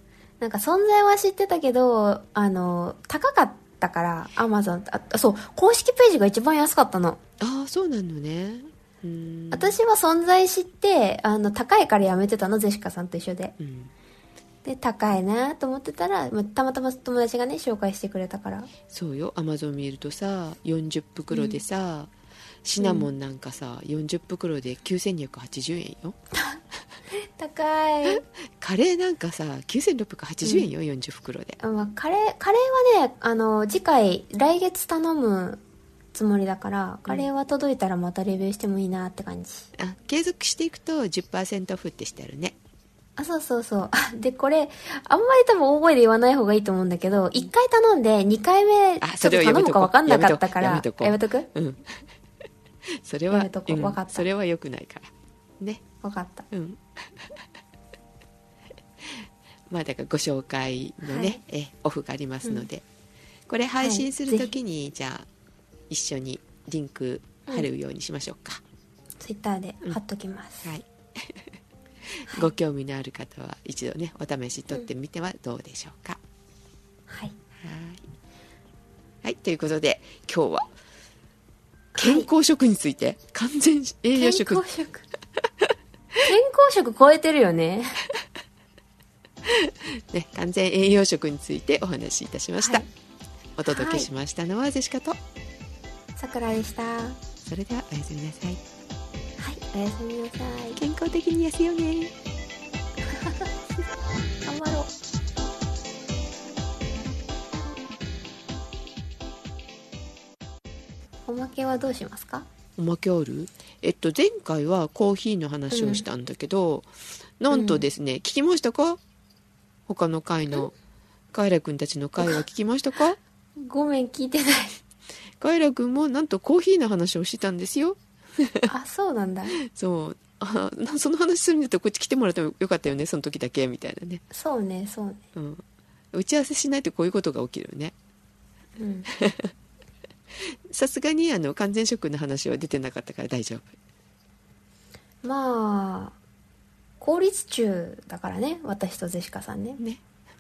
なんか存在は知ってたけど、あの高かったからアマゾン、あ、そう、公式ページが一番安かったの。 ああ、そうなのね。うん、 私は存在知って、あの高いからやめてたの、ジェシカさんと一緒で、うん、で高いなと思ってたら、まあ、たまたま友達がね紹介してくれたから。 そうよ、アマゾン見るとさよんじゅう袋でさ、うん、シナモンなんかさ、うん、よんじゅう袋できゅうせんにひゃくはちじゅうえんよ高い。 カレーなんかさきゅうせんろっぴゃくはちじゅうえんよ、うん、よんじゅう袋で、 まあ、カレーカレーはね、あの次回来月頼むつもりだから、カレーは届いたらまたレビューしてもいいなって感じ。 あ、継続していくと じゅっパーセント オフってしてあるね。 あ、そうそうそう。で、これ、あんまり多分大声で言わない方がいいと思うんだけど、いっかい頼んでにかいめちょっと頼むか分かんなかったから、やめとこう。やめとく？ うん。それは、 やめとこう。分かった。 それは良くないから。ね。 分かった。 うん。まあだからご紹介のね、はい、えオフがありますので、うん、これ配信するときに、はい、じゃあ一緒にリンク貼るようにしましょうか。 ツイッターで貼っときます。 うん、はい。ご興味のある方は一度ねお試し取ってみてはどうでしょうか。 はい。はい。 はい、ということで今日は健康食について、はい、完全栄養食。 健康食。健康食超えてるよね。 ね、完全栄養食についてお話しいたしました。はい、お届けしましたのはジェシカとさくらでした。 それではおやすみなさい。 はい、おやすみなさい。 健康的に痩せようね。 頑張ろう。おまけはどうしますか？ おまけある？えっと前回はコーヒーの話をしたんだけど、うん、なんとですね、うん、聞きましたか？他の会のカイラくんたちの会は聞きましたか？ ごめん、聞いてない。 カイラくんもなんとコーヒーの話をしてたんですよ。 あ、そうなんだ。 そう、あ、その話するんだったらこっち来てもらってもよかったよね、その時だけみたいなね。 そうね、そうね、 うん、打ち合わせしないとこういうことが起きるね。うん。さすがにあの完全食の話は出てなかったから大丈夫。まあ効率中だからね、私とジェシカさんね。 ね。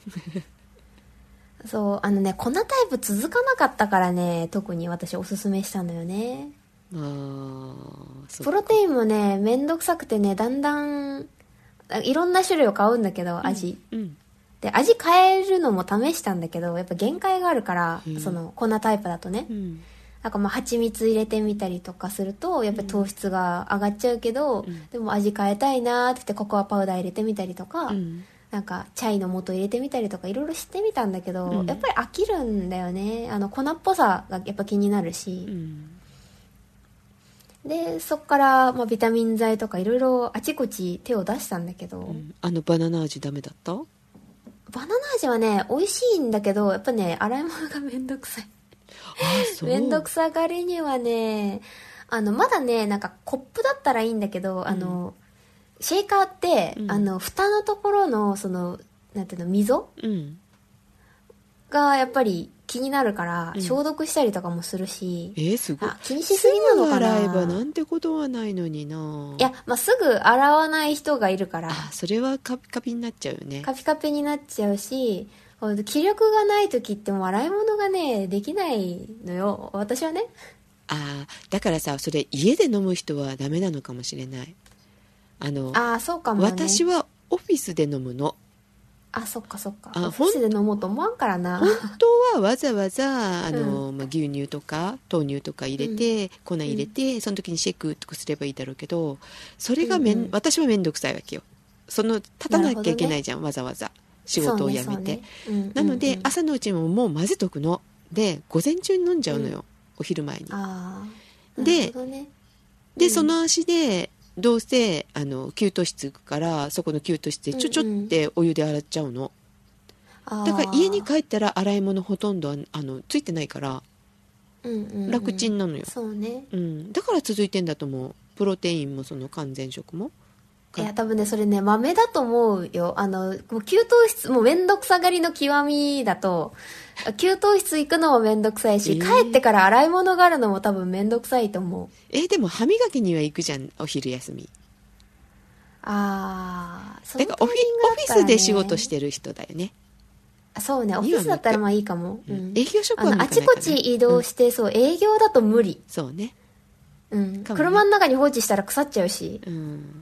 そう、あのね、粉タイプ続かなかったからね、特に私おすすめしたのよね。 あ、 プロテインもね、めんどくさくてね、だんだんいろんな種類を買うんだけど、味、うんうん、で味変えるのも試したんだけど、やっぱ限界があるから、うん、その粉タイプだとね、うん、なんかまあ蜂蜜入れてみたりとかするとやっぱり糖質が上がっちゃうけど、うん、でも味変えたいなって言ってココアパウダー入れてみたりとか、うん、なんかチャイの素入れてみたりとかいろいろしてみたんだけど、うん、やっぱり飽きるんだよね。あの粉っぽさがやっぱ気になるし、うん、でそっから、まあ、ビタミン剤とかいろいろあちこち手を出したんだけど、うん、 あのバナナ味ダメだった？ バナナ味はね美味しいんだけど、やっぱね洗い物がめんどくさい。 あ、そう。 めんどくさがりにはね、あのまだね、なんかコップだったらいいんだけど、うん、あのシェイカーって、うん、あの蓋のところのそのなんていうの溝、うん、がやっぱり気になるから、うん、消毒したりとかもするし、 えー、すごい。 あ、気にしすぎなのかな。 すぐ洗えばなんてことはないのにな。 いや、まあ、すぐ洗わない人がいるから、 あ、それはカピカピになっちゃうよね。 カピカピになっちゃうし、気力がない時ってもう洗い物がねできないのよ、私はね。 ああ、だからさ、それ家で飲む人はダメなのかもしれない。あのあ、そうかもね。 私はオフィスで飲むの。 あ、そっかそっか。オフィスで飲もうと思わんからな。 本当はわざわざあの、うん、まあ、牛乳とか豆乳とか入れて、うん、粉入れて、うん、その時にシェイクとかすればいいだろうけど、それがめん、うんうん、私はめんどくさいわけよ。その立たなきゃいけないじゃん、ね、わざわざ仕事を辞めて、ねね、なので、うんうんうん、朝のうちももう混ぜとくので午前中に飲んじゃうのよ、うん、お昼前に。 あ、 で、 ね、 で、うん、その足でどうせあの給湯室行くからそこの給湯室でちょちょってお湯で洗っちゃうの、うんうん、だから家に帰ったら洗い物ほとんどあのついてないから、うんうんうん、楽ちんなのよ。 そうね、 うん、だから続いてんだと思う。プロテインもその完全食も。 いや多分ねそれね豆だと思うよ。あのもう給湯室もうめんどくさがりの極みだと給湯室行くのもめんどくさいし、えー、帰ってから洗い物があるのも多分めんどくさいと思う。 えー、でも歯磨きには行くじゃん、お昼休み。 ああ、 そのタイミングだったらね。だからオフィ、オフィスで仕事してる人だよね。 そうね、オフィスだったらまあいいかも、 うん、営業職はあちこち移動して、うん、そう営業だと無理。 そうね、 うん、ね、車の中に放置したら腐っちゃうし、 うん、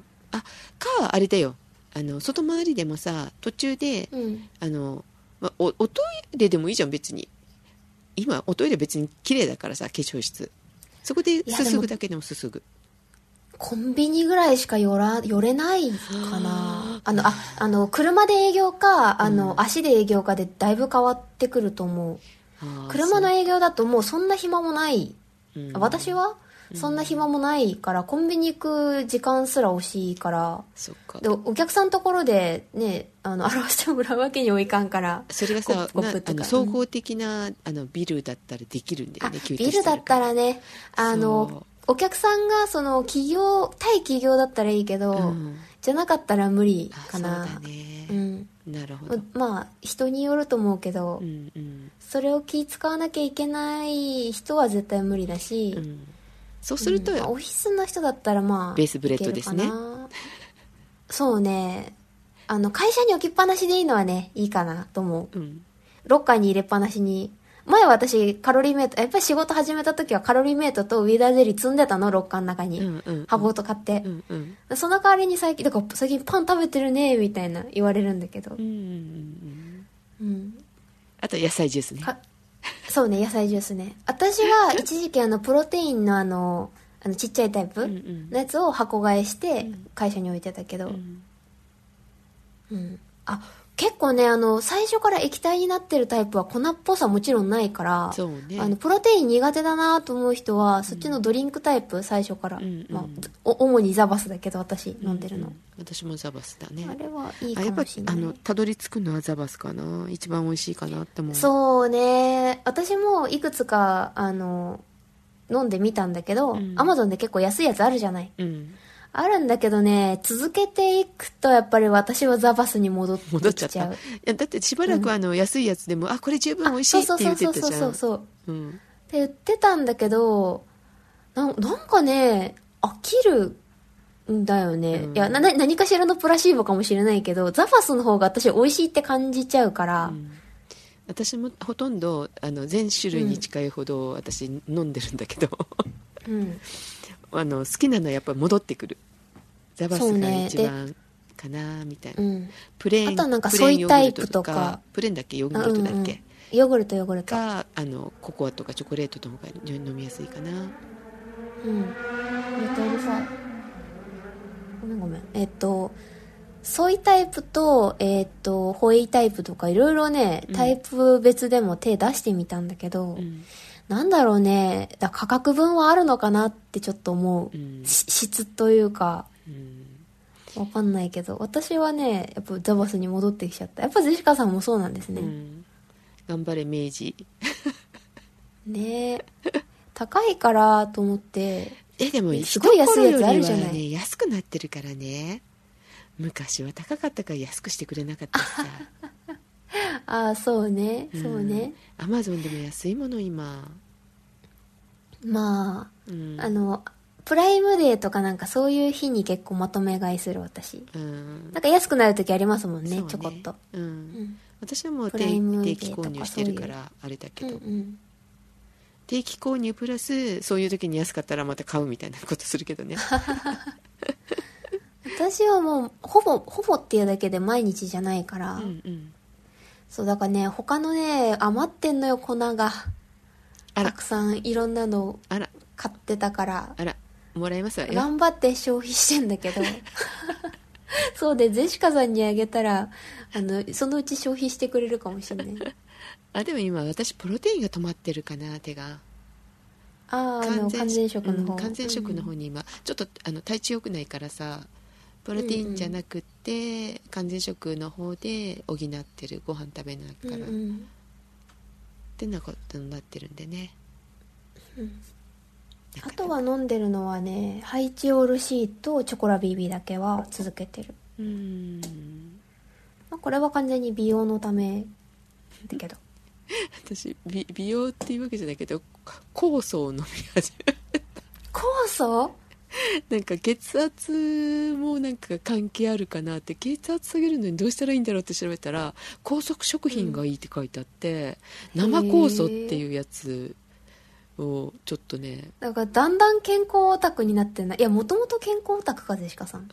あかあれだよ、あの外回りでもさ途中で、うん、あのま、お, おトイレでもいいじゃん別に。今おトイレ別に綺麗だからさ、化粧室そこですすぐだけでもすすぐ。 コンビニぐらいしか寄ら寄れないかな。あのああの車で営業かあの、うん、足で営業かでだいぶ変わってくると思う。車の営業だともうそんな暇もない、うん、私はそんな暇もないから、コンビニ行く時間すら惜しいから、 そっか。 でお客さんのところでね、あの表してもらうわけにはいかんから。 それがさ、コップとかあの総合的な、うん、あのビルだったらできるんだよね。 ビルだったらね、あのお客さんがその企業対企業だったらいいけど、うん、じゃなかったら無理かな。 そうだね、 うん、 なるほど。 まあ人によると思うけど、 うんうん、 それを気使わなきゃいけない人は絶対無理だし、 うん、そうすると、うん、 オフィスの人だったらまあベースブレッドですね。 そうね、あの会社に置きっぱなしでいいのはねいいかなと思う、 うん、 ロッカーに入れっぱなしに。前私カロリーメイト、やっぱり仕事始めた時はカロリーメイトとウィダーゼリー積んでたの、ロッカーの中に、 うんうんうん、 箱ごと買って、 うんうん、 その代わりに最近だから最近パン食べてるねみたいな言われるんだけど、 うんうんうん、 あと野菜ジュースね。 そうね、野菜ジュースね。私は一時期あのプロテインのあのあのちっちゃいタイプのやつを箱買いして会社に置いてたけど、うんうん、あ結構ね、あの最初から液体になってるタイプは粉っぽさもちろんないから、 そうね、 あのプロテイン苦手だなと思う人は、うん、そっちのドリンクタイプ最初から、うんうんまあ、主にザバスだけど私飲んでるの、うんうん、 私もザバスだね。 あれはいいかもしれない。 あやっぱあのたどり着くのはザバスかな、一番美味しいかなって思う。 そうね、私もいくつかあの飲んでみたんだけど、アマゾンで結構安いやつあるじゃない、 うん、 あるんだけどね、続けていくとやっぱり私はザバスに戻ってきちゃう。戻っちゃった。いやだってしばらくあの、うん、安いやつでもあこれ十分美味しいって言ってたじゃん。 そうそうそうそうそう、 うん、って言ってたんだけど な, なんかね飽きるんだよね、うん、いやな何かしらのプラシーボかもしれないけど、ザバスの方が私美味しいって感じちゃうから、うん、 私もほとんどあの全種類に近いほど私飲んでるんだけど、うん、あの好きなのはやっぱり戻ってくる。ザバスが一番かなみたいな、うん、プレーン、 あとなんかソイタイプとか、 プレーンだっけヨーグルトだっけ、 うん、ヨーグルトヨーグルトかあのココアとかチョコレートとか飲みやすいかな。 うんめっちゃうるさい、ごめんごめん。えっとソイタイプと、えー、っとホエイタイプとかいろいろねタイプ別でも手出してみたんだけど、うん、なんだろうね、だ価格分はあるのかなってちょっと思う、うん、質というか、うん、わかんないけど私はねやっぱザバスに戻ってきちゃった。やっぱジェシカさんもそうなんですね、うん、 頑張れ明治ねえ高いからと思って。 えでもすごい安いやつあるじゃない、 ね、安くなってるからね。昔は高かったから安くしてくれなかったしさああそうねそうね、 アマゾンでも安いもの今。 まあ、うん、あのプライムデーとかなんかそういう日に結構まとめ買いする私、うん、なんか安くなる時ありますもん ね, ねちょこっと、うんうん、 私はもう 定, 定期購入してるからあれだけど、うんうん、定期購入プラスそういう時に安かったらまた買うみたいなことするけどね私はもうほぼほぼっていうだけで毎日じゃないから、 うんうん、 そうだからね他のね余ってんのよ粉がたくさんいろんなの買ってたから、 あらもらいますわよ。 頑張って消費してんだけどそうでジェシカさんにあげたらあのそのうち消費してくれるかもしれないあでも今私プロテインが止まってるかな手が。 ああ完全食の方、 うん、完全食の方に今、うん、ちょっとあの体調良くないからさプロテインじゃなくって、うんうん、完全食の方で補ってる、ご飯食べないから、うんうん、ってなことになってるんでね、 うん、あとは飲んでるのはねハイチオール C とチョコラ ビービー だけは続けてる。 うーん、 まあ、これは完全に美容のためだけど私 美, 美容っていうわけじゃないけど酵素を飲み始めた。 酵素なんか血圧もなんか関係あるかなって、血圧下げるのにどうしたらいいんだろうって調べたら酵素食品がいいって書いてあって、うん、生酵素っていうやつをちょっとね、 だからだんだん健康オタクになってんな。いや、もともと健康オタクかゼシカさん。 うん、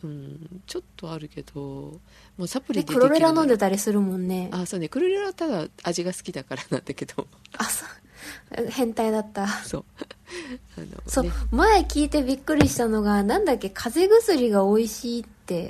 ちょっとあるけど、もうサプリでできるクロレラ飲んでたりするもんね。 あ、そうね、クロレラはただ味が好きだからなんだけど。 あ、そう変態だった。 そうあの、ね、 そう、前聞いてびっくりしたのが、なんだっけ、風邪薬が美味しいって。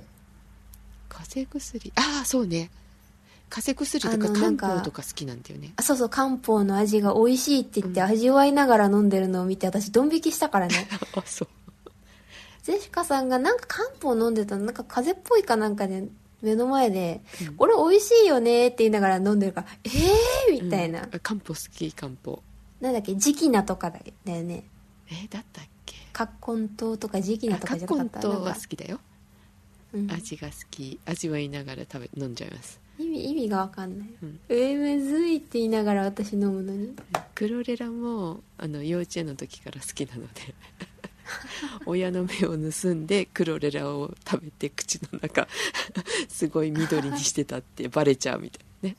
風邪薬、ああそうね、風邪薬とか漢方とか好きなんだよね。 あ、そうそう、漢方の味が美味しいって言って、うん、味わいながら飲んでるのを見て私ドン引きしたからね。 あ、そうゼシカさんがなんか漢方飲んでたの、なんか風邪っぽいかなんかで目の前で、うん、これ美味しいよねって言いながら飲んでるから、えーみたいな、うん、 漢方好き。漢方なんだっけ、ジキナとかだよね。 えー、だったっけ。 葛根湯とかジキナとかじゃなかった。 葛根湯は好きだよ、うん、味が好き。味わいながら食べ飲んじゃいます。 意味意味が分かんない、うん、えー、めずいって言いながら私飲むのに。 クロレラもあの幼稚園の時から好きなので親の目を盗んでクロレラを食べて口の中すごい緑にしてたってバレちゃうみたいなね。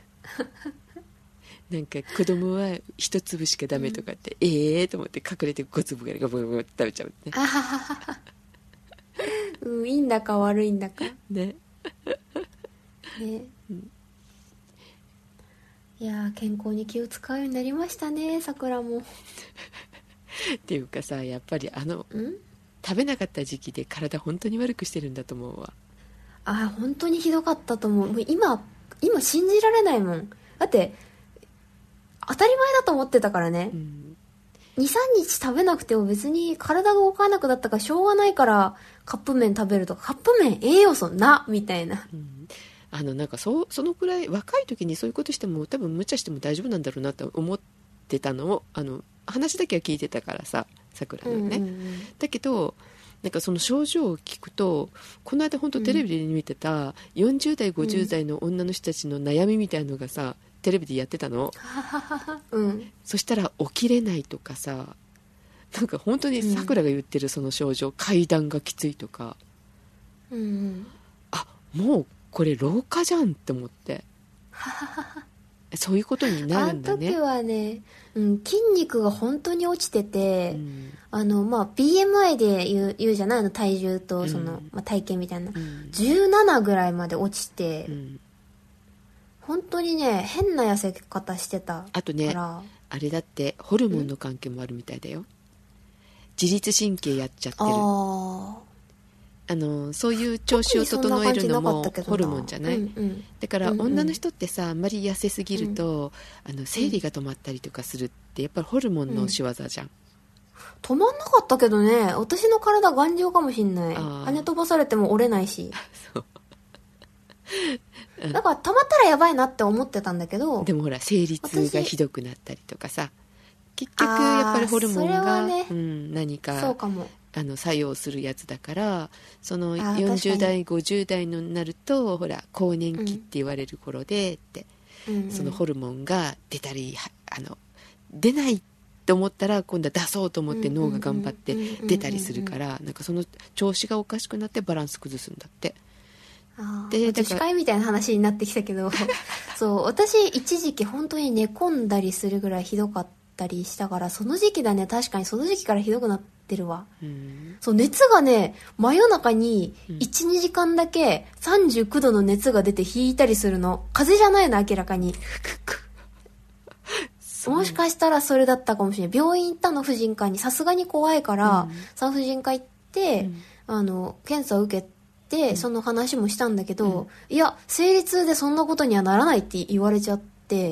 なんか子供は一粒しかダメとかって、うん、ええー、と思って隠れてご粒ぐらいガブガブって食べちゃうね。 あはははうん、いいんだか悪いんだかね。 ね、うん、いや健康に気を使うようになりましたね、さくらも。 っていうかさ、やっぱりあの食べなかった時期で体本当に悪くしてるんだと思うわ。 あ、本当にひどかったと思う。もう今今信じられないもん。だって当たり前だと思ってたからね、うん、にさんにち食べなくても別に体が動かなくなったからしょうがないからカップ麺食べるとか、カップ麺栄養素なみたいな、うん、 あのなんか そ, そのくらい若い時にそういうことしても多分無茶しても大丈夫なんだろうなと思ってたのを、あの話だけは聞いてたからさ、さくらのね、うんうんうん、だけどなんかその症状を聞くと、この間本当テレビで見てたよんじゅう代ごじゅう代の女の人たちの悩みみたいのがさ、テレビでやってたの、うん、そしたら起きれないとかさ、なんか本当にさくらが言ってるその症状、うん、階段がきついとか、うん、あ、もうこれ老化じゃんって思ってそういうことになるんだね。 あの時はね、うん、筋肉が本当に落ちてて、うん、あのまあ ビーエムアイ で言う、言うじゃないの、体重とその、うんまあ、体型みたいな、うん、じゅうななぐらいまで落ちて、うん、本当にね変な痩せ方してたから。 あとね、あれだってホルモンの関係もあるみたいだよ。自律神経やっちゃってる。ああのそういう調子を整えるのもホルモンじゃない、うんうん、だから女の人ってさ、あんまり痩せすぎると、うん、あの生理が止まったりとかするってやっぱりホルモンの仕業じゃん、うん、 止まんなかったけどね、私の体頑丈かもしんない。羽飛ばされても折れないしそうだから溜まったらやばいなって思ってたんだけど、 でもほら生理痛がひどくなったりとかさ、結局やっぱりホルモンが、ね、うん、何かそうかもあの作用するやつだから、そのよんじゅう代ごじゅう代になるとほら更年期って言われる頃でって、うん、そのホルモンが出たり、あの出ないと思ったら今度は出そうと思って脳が頑張って出たりするから、なんかその調子がおかしくなってバランス崩すんだって。 で女子会みたいな話になってきたけどそう私一時期本当に寝込んだりするぐらいひどかったりしたから、その時期だね、確かにその時期からひどくなってるわ、うん、そう熱がね真夜中に いち,に 時間だけさんじゅうきゅうどの熱が出て引いたりするの。風邪じゃないの明らかにもしかしたらそれだったかもしれない。病院行ったの、婦人科に。さすがに怖いから、うん、産婦人科行って、うん、あの検査を受けてでその話もしたんだけど、うん、いや生理痛でそんなことにはならないって言われちゃって、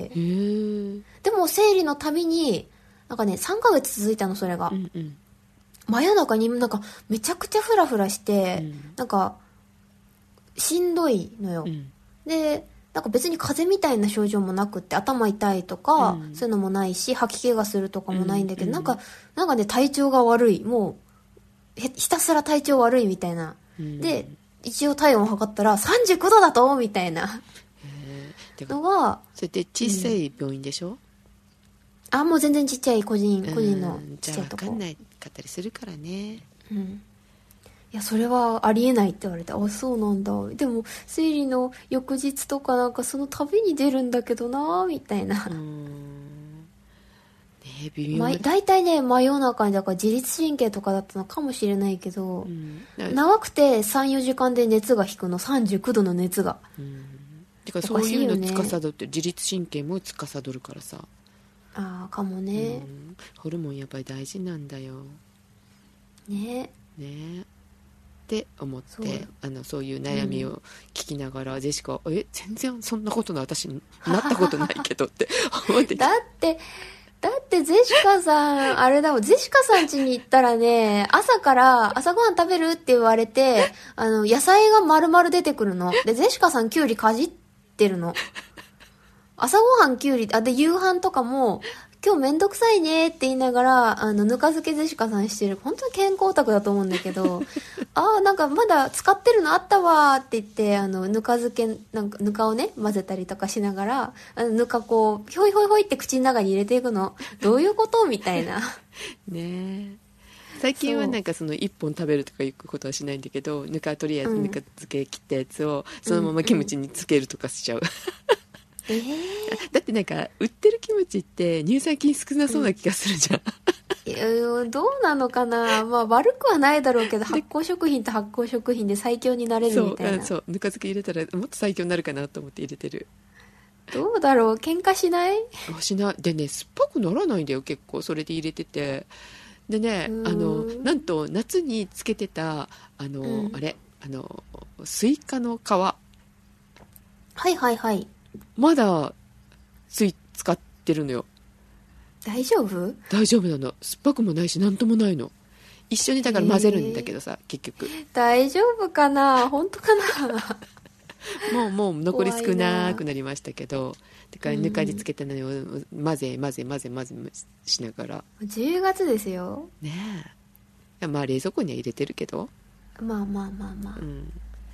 でも生理のたびになんかねさんかげつ続いたの、それが、うんうん、真夜中になんかめちゃくちゃフラフラして、うん、なんかしんどいのよ、うん、でなんか別に風邪みたいな症状もなくって、頭痛いとか、うん、そういうのもないし吐き気がするとかもないんだけど、うんうん、なんかなんかね体調が悪い、もう ひ, ひたすら体調悪いみたいな、うん、で一応体温を測ったらさんじゅうきゅうどだとみたいなのが、 それって小さい病院でしょ、うん、 あもう全然ちっちゃい個人個人のちっちゃいとこ、 じゃあ分かんないかったりするからね、 うん、 やそれはありえないって言われて、あそうなんだ、でも生理の翌日とかなんかその旅に出るんだけどなみたいな。うーん、ね、 微妙な、 ま、大体ね真夜中にだから自律神経とかだったのかもしれないけど、うん、長くて さん,よ 時間で熱が引くの、さんじゅうきゅうどの熱が、うん、 てかそういうの司って、ね、自律神経も司るからさ、 ああかもね、 うん、ホルモンやっぱり大事なんだよねねって思って、そうあのそういう悩みを聞きながら、うん、ジェシカえ全然そんなことの私になったことないけどって思ってだってだってジェシカさんあれだもん、ジェシカさん家に行ったらね、朝から朝ごはん食べるって言われて、あの野菜が丸々出てくるので、ジェシカさんキュウリかじってるの。朝ごはんキュウリ、あ、で、夕飯とかも、今日めんどくさいねって言いながら、あの、ぬか漬けジェシカさんしてる。本当に健康オタクだと思うんだけど、ああ、なんかまだ使ってるのあったわーって言って、あの、ぬか漬け、なんか、ぬかをね、混ぜたりとかしながら、あのぬかこう、ひょいひょいひょいって口の中に入れていくの。どういうことみたいな。 ねえ。最近はなんかそのいっぽん食べるとかいうことはしないんだけど、ぬかとりあえずぬか漬け切ったやつをそのままキムチにつけるとかしちゃう。うんうんえー、 だってなんか売ってるキムチって乳酸菌少なそうな気がするじゃん、 うん、どうなのかな、まあ悪くはないだろうけど、発酵食品と発酵食品で最強になれるみたいな。 そう、そうぬか漬け入れたらもっと最強になるかなと思って入れてる。 どうだろう、喧嘩しない？ しないでね、酸っぱくならないんだよ結構、それで入れてて。でね、あのなんと夏につけてたあの、うん、あれあのスイカの皮、 はいはいはい、 まだつい使ってるのよ。 大丈夫？ 大丈夫なの。酸っぱくもないし何ともないの。一緒にだから混ぜるんだけどさ、結局大丈夫かな、本当かなもうもう残り少なくなりましたけど、だからぬかにつけたのを混ぜ混ぜ混ぜ混ぜしながら。 じゅうがつですよねえ。まあ冷蔵庫には入れてるけど、 まあまあまあまあ、 うん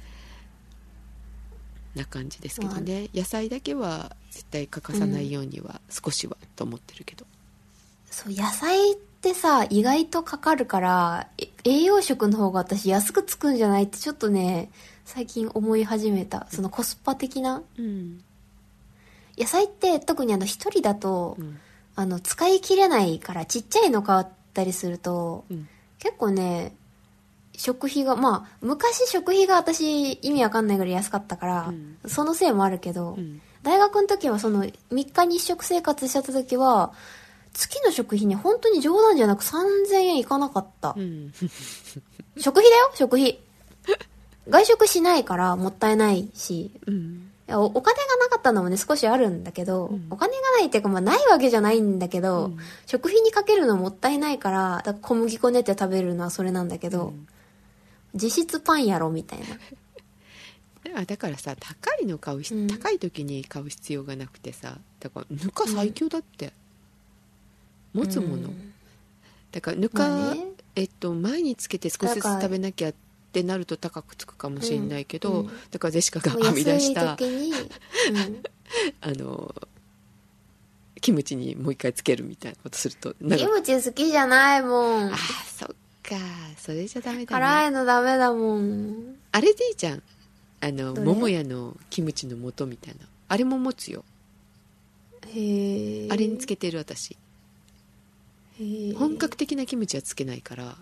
な感じですけどね、野菜だけは絶対欠かさないようには少しはと思ってるけど、うん、 そう野菜ってさ意外とかかるから、栄養食の方が私安くつくんじゃないってちょっとね最近思い始めた。そのコスパ的な、うん、野菜って特にあの一人だと、うん、あの使い切れないからちっちゃいの買ったりすると、うん、結構ね食費が、まあ、昔食費が私意味わかんないぐらい安かったから、うん、そのせいもあるけど、うん、大学の時はそのみっかにいっ食生活しちゃった時は、月の食費に本当に冗談じゃなくさんぜんえんいかなかった。うん、食費だよ、食費。外食しないからもったいないし、うん、いや お, お金がなかったのもね少しあるんだけど、うん、お金がないっていうか、まあないわけじゃないんだけど、うん、食費にかけるのもったいないから、だから小麦粉練って食べるのはそれなんだけど、うん実質パンやろみたいな。あだからさ高いの買う、うん、高い時に買う必要がなくてさ、だからぬか最強だって、うん、持つもの、うん、だからぬか、まあね、えっと前につけて少しずつ食べなきゃってなると高くつくかもしれないけど、うんうん、だからジェシカが編み出した安い時に、うん、 あのキムチにもう一回つけるみたいなことするとなんかキムチ好きじゃないもん。 あそっか、それじゃダメだね。 辛いのダメだもん。 あれでいいじゃん、あの桃屋のキムチの素みたいな、あれも持つよ。 へえ。 あれにつけてる私。へ本格的なキムチはつけないから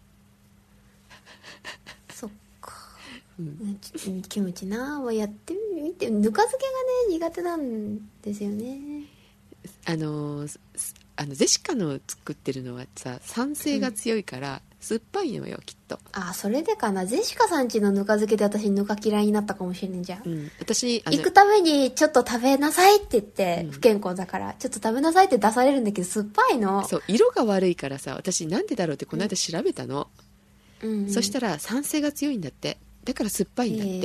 そっか、うん、キムチなはやってみて。ぬか漬けがね苦手なんですよね。 あのあのジェシカの作ってるのはさ酸性が強いから、うん、酸っぱいのよきっと。 あそれでかな。ジェシカさんちのぬか漬けで私ぬか嫌いになったかもしれんじゃん、うん、 私行くためにちょっと食べなさいって言って、うん、不健康だからちょっと食べなさいって出されるんだけど酸っぱいの。 そう色が悪いからさ、私なんでだろうってこの間調べたの、うんうん、そしたら酸性が強いんだって、だから酸っぱいんだって。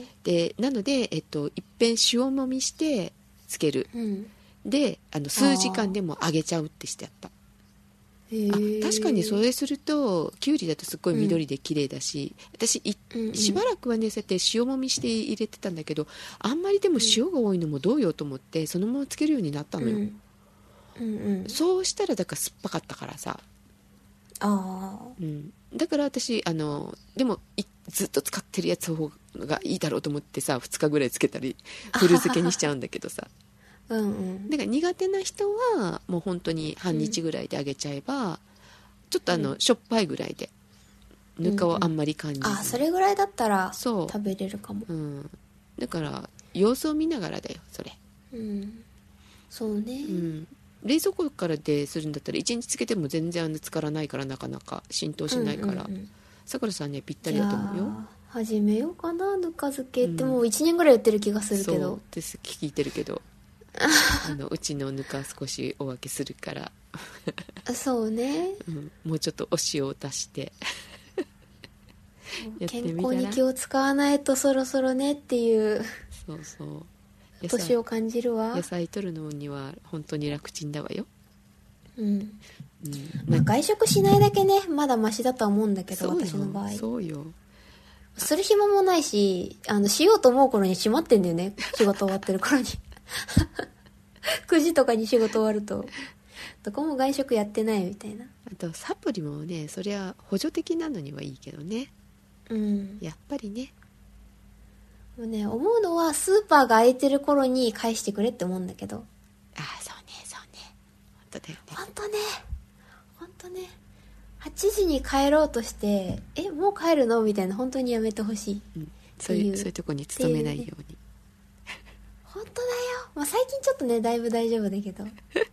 でなので、えっと、いっぺん塩もみしてつける、うんであの数時間でも揚げちゃうってしてあった。あ確かにそれするときゅうりだとすっごい緑で綺麗だし、うん、私い、うんうん、しばらくはねそうやって塩もみして入れてたんだけど、あんまりでも塩が多いのもどうよと思ってそのままつけるようになったのよ、うんうんうん、そうしたらだから酸っぱかったからさ、 ああ、 うん、だから私あのでもずっと使ってるやつがいいだろうと思ってさふつかぐらいつけたり古漬けにしちゃうんだけどさうん、うん、 だから苦手な人はもう本当に半日ぐらいであげちゃえば、うん、ちょっとあの、うん、しょっぱいぐらいでぬかをあんまり感じず、 うんうん、あそれぐらいだったら食べれるかも。 う、うん、だから様子を見ながらだよそれ、 うん、そうね、 うん、冷蔵庫からでするんだったらいちにちつけても全然浸からないからなかなか浸透しないからさくらさんにはぴったりだと思うよ。 始めようかなぬか漬けって、うん、もういちねんぐらいやってる気がするけど。 そうです聞いてるけどあのうちのぬか少しお分けするからそうね、 うん、もうちょっとお塩を足して健康に気を使わないとそろそろねっていうそうそう年を感じるわ。 野菜取るのには本当に楽ちんだわよ。 うん、うん、まあ、外食しないだけねまだマシだとは思うんだけど私の場合そうよする暇もないしあのしようと思う頃に閉まってんだよね仕事終わってる頃にくじとかに仕事終わるとどこも外食やってないみたいな。 あとサプリもねそりゃ補助的なのにはいいけどね、 うん、 やっぱりねもうね思うのはスーパーが空いてる頃に返してくれって思うんだけど。 ああそうねそうね本当だよね本当ね本当ねはちじに帰ろうとしてえもう帰るのみたいな本当にやめてほしい、 うん、そういうそういうとこに勤めないように、 本当だよ、まあ、最近ちょっとねだいぶ大丈夫だけど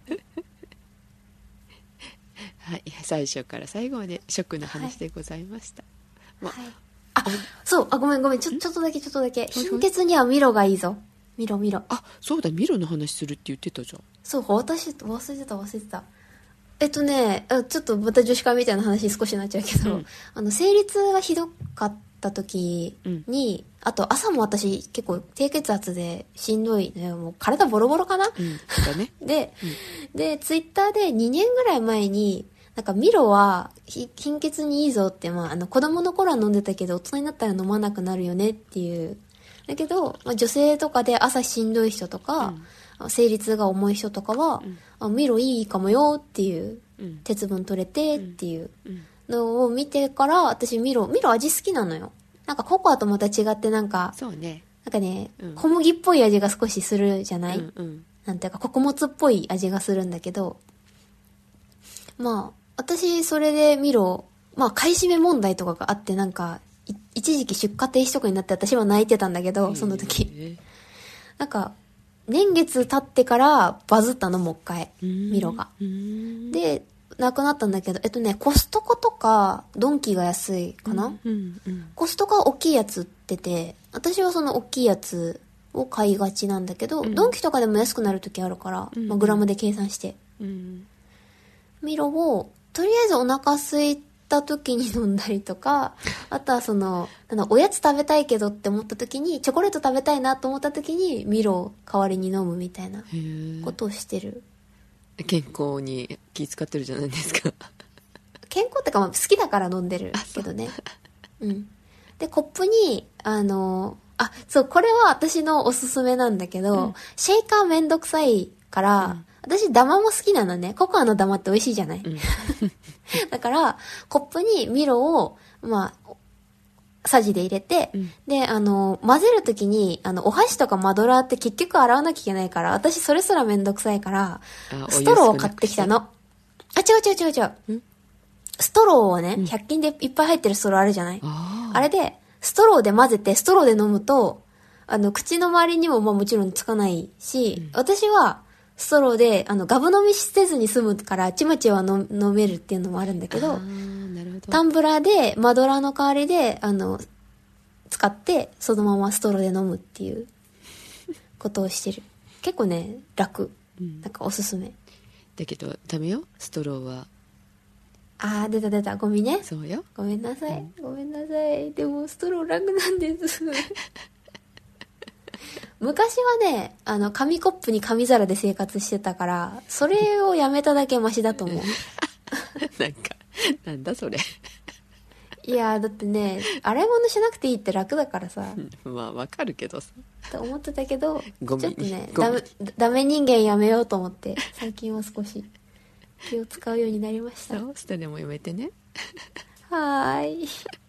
はい、最初から最後まで食の話でございました、 はい、はい、あそうあごめんごめんちょちょっとだけちょっとだけ貧血にはミロがいいぞ。ミロミロあそうだミロの話するって言ってたじゃん。 そう私忘れてた忘れてたえっとねちょっとまた女子会みたいな話少しになっちゃうけど、うん、あの生理痛がひどかった時に、うん、あと朝も私結構低血圧でしんどいねもう体ボロボロかな、うん、だねで、うん、でツイッターでにねんぐらい前になんかミロは貧血にいいぞって、まあ、あの子供の頃は飲んでたけど大人になったら飲まなくなるよねっていうだけど、まあ、女性とかで朝しんどい人とか、うん、生理痛が重い人とかは、うん、あミロいいかもよっていう、うん、鉄分取れてっていうのを見てから私ミロミロ味好きなのよ。なんかココアとまた違ってなんかそうねなんかね、うん、小麦っぽい味が少しするじゃない、うんうん、なんていうか穀物っぽい味がするんだけどまあ私それでミロまあ買い占め問題とかがあってなんか一時期出荷停止とかになって私は泣いてたんだけどその時なんか年月経ってからバズったのもう一回ミロがでなくなったんだけどえっとねコストコとかドンキが安いかな、うんうんうん、コストコは大きいやつ売ってて私はその大きいやつを買いがちなんだけど、うん、ドンキとかでも安くなる時あるから、うんまあ、グラムで計算して、うん、ミロをとりあえずお腹空いた時に飲んだりとかあとはそのおやつ食べたいけどって思った時にチョコレート食べたいなと思った時にミロを代わりに飲むみたいなことをしてる。 健康に気遣ってるじゃないですか。 健康ってか、まあ、好きだから飲んでるけどね。うん。でコップにあのあそうこれは私のおすすめなんだけど、うん、シェイカーめんどくさいから、うん、私ダマも好きなのね。ココアのダマって美味しいじゃない、うん、だからコップにミロをまあさじで入れて、うん、であの混ぜるときにあのお箸とかマドラーって結局洗わなきゃいけないから私それすらめんどくさいからストローを買ってきたの。あ違う違う違う違うストローをね、うん、ひゃく均でいっぱい入ってるストローあるじゃない。 あ, あれでストローで混ぜてストローで飲むとあの口の周りにもまあもちろんつかないし、うん、私はストローであのガブ飲みせずに済むからちまちま飲めるっていうのもあるんだけど、なるほどタンブラーでマドラーの代わりであの使ってそのままストローで飲むっていうことをしてる。結構ね楽、うん、なんかおすすめだけどダメよストローは。 あー出た出たゴミね。 そうよごめんなさい、うん、ごめんなさい。でもストロー楽なんです昔はねあの紙コップに紙皿で生活してたからそれをやめただけマシだと思うなんかなんだそれいやだってね洗い物しなくていいって楽だからさまあわかるけどさと思ってたけどちょっとねダメ、ダメ人間やめようと思って最近は少し気を使うようになりました。 そうストレもやめてね。 はーい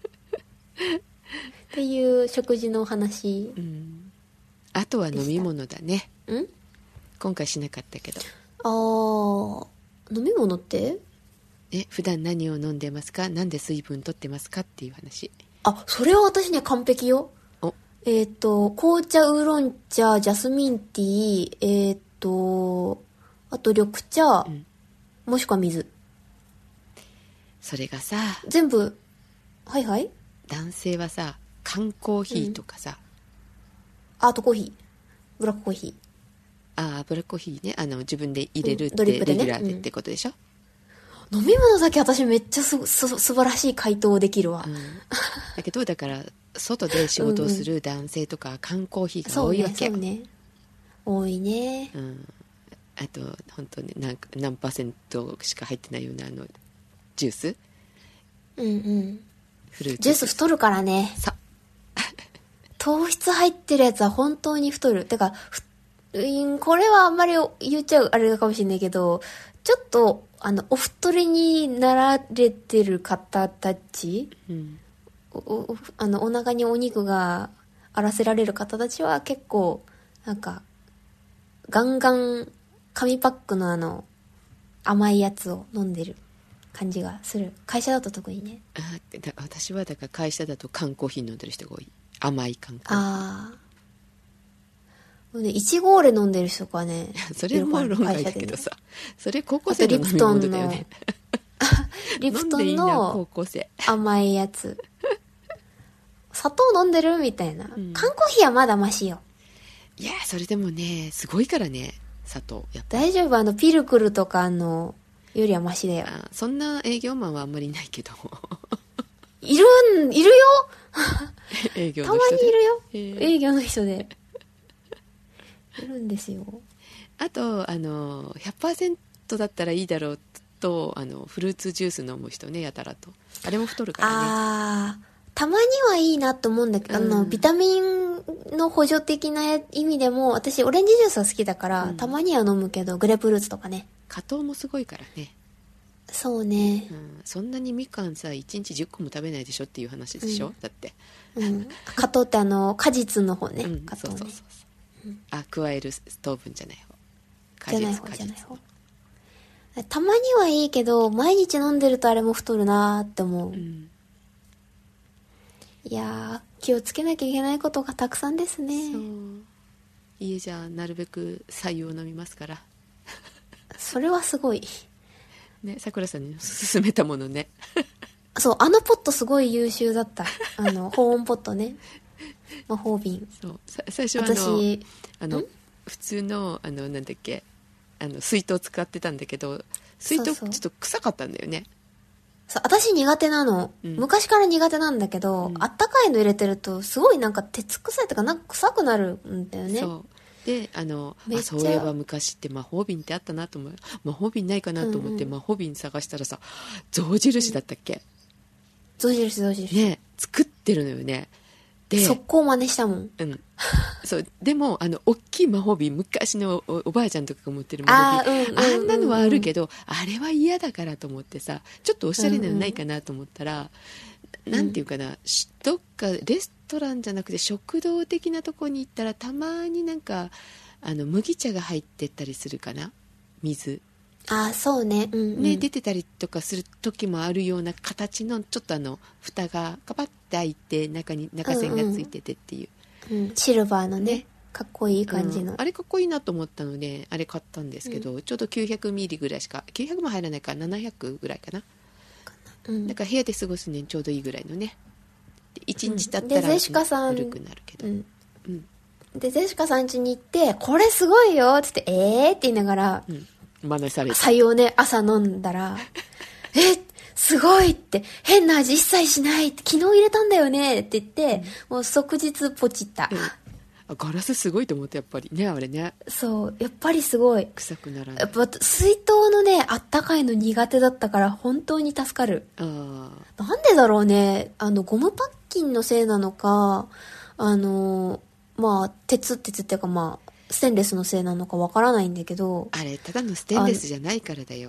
っていう食事のお話、 うん、あとは飲み物だね。 ん今回しなかったけど。 あー飲み物ってえ普段何を飲んでますか、なんで水分取ってますかっていう話。 あ、それは私ね完璧よ。えっ、ー、と紅茶、ウーロン茶、ジャスミンティー、えっ、ー、とあと緑茶、うん、もしくは水。 それがさ全部はいはい。 男性はさ缶コーヒーとかさ、 うん、あとコーヒーブラックコーヒーああブラックコーヒーね、あの自分で入れるって、うん、ドリップでね、レギュラーでってことでしょ、 うん、飲み物だけ私めっちゃすす素晴らしい回答できるわ、うん、 だけどだから外で仕事をする男性とか缶コーヒーが多いわけよ、 そうね、そうね多いね、 うん、あと本当に何何パーセントしか入ってないようなあのジュース、 うんうんフルーツジュース太るからね。 さ糖質入ってるやつは本当に太る。てかこれはあんまり言っちゃうあれかもしれないけど、ちょっとあのお太りになられてる方たち、うん、お, お, あのお腹にお肉があらせられる方たちは結構なんかガンガン紙パックのあの甘いやつを飲んでる感じがする。会社だと特にね。 あだ私はだから会社だと缶コーヒー飲んでる人が多い。甘い缶コーヒー。ああね、いちごオレ飲んでる人とかね。 それも論外だけどさ、ね、それ高校生の飲み物だよね。 リプトンの高校生甘いやつ砂糖飲んでるみたいな、うん、缶コーヒーはまだマシよ。 いやそれでもねすごいからね砂糖やっぱ大丈夫。あのピルクルとかあのよりはマシだよ。 あそんな営業マンはあんまりいないけどいるんいるよ営業の人でたまにいるよ、えー、営業の人でいるんですよ。 あとあの ひゃくパーセント だったらいいだろうとあのフルーツジュース飲む人ねやたらとあれも太るからね。 あたまにはいいなと思うんだけど、うん、あのビタミンの補助的な意味でも私オレンジジュースは好きだから、うん、たまには飲むけどグレープフルーツとかね。 果糖もすごいからね。 そうね、 うん、そんなにみかんさいちにちじゅっこも食べないでしょっていう話でしょ、うん、だって、 うん、果糖ってあの果実の方ね、うん、果糖ね。そうそうそうそう、うん、あ加える糖分じゃない方果実じゃない方じゃない方。たまにはいいけど毎日飲んでるとあれも太るなって思う、うん、いやー気をつけなきゃいけないことがたくさんですね。 そう家じゃなるべく白湯を飲みますからそれはすごいね、さくらさんに勧めたものねそうあのポットすごい優秀だったあの保温ポットね魔法瓶。 そう最初はあの私あの普通のあのなんだっけあの水筒使ってたんだけど水筒ちょっと臭かったんだよね。 そう私苦手なの、うん、昔から苦手なんだけど、うん、あったかいの入れてるとすごいなんか鉄臭いとかなんか臭くなるんだよね。 そうであのあそういえば昔って魔法瓶ってあったなと思う。魔法瓶ないかなと思って、うんうん、魔法瓶探したらさ象印だったっけ、うん、 象印象印ね作ってるのよね。で速攻真似したもん、 うん、そうでもあの大きい魔法瓶昔の お, おばあちゃんとかが持ってる魔法瓶 あ,、うんうんうんうん、あんなのはあるけどあれは嫌だからと思ってさちょっとおしゃれなのないかなと思ったら、うんうん、なんていうかなどっかレストランじゃなくて食堂的なとこに行ったらたまになんかあの麦茶が入ってったりするかな水あそうね、うんうん、 ね出てたりとかする時もあるような形のちょっとあの蓋がカパッて開いて中に中線がついててっていう、 うんうん、シルバーのねかっこいい感じの、 うん、あれかっこいいなと思ったのであれ買ったんですけど、うん、ちょうどきゅうひゃくミリぐらいしかきゅうひゃくも入らないからななひゃくぐらいかな、うん、だから部屋で過ごすにちょうどいいぐらいのねいちにち経ったら、 うん、でゼシカさん古くなるけど、うんうん、でゼシカさん家に行ってこれすごいよって言ってえーって言いながら、うん真似された採用ね朝飲んだらえすごいって変な味一切しないって昨日入れたんだよねって言って、うん、もう即日ポチった、 うん、ガラスすごいと思ってやっぱりねあれねそうやっぱりすごい臭くならない。 やっぱ水筒のねあったかいの苦手だったから本当に助かる。あなんでだろうねあのゴムパッキンのせいなのかあのまあ鉄鉄っていうかまあステンレスのせいなのかわからないんだけどあれただのステンレスじゃないからだよ。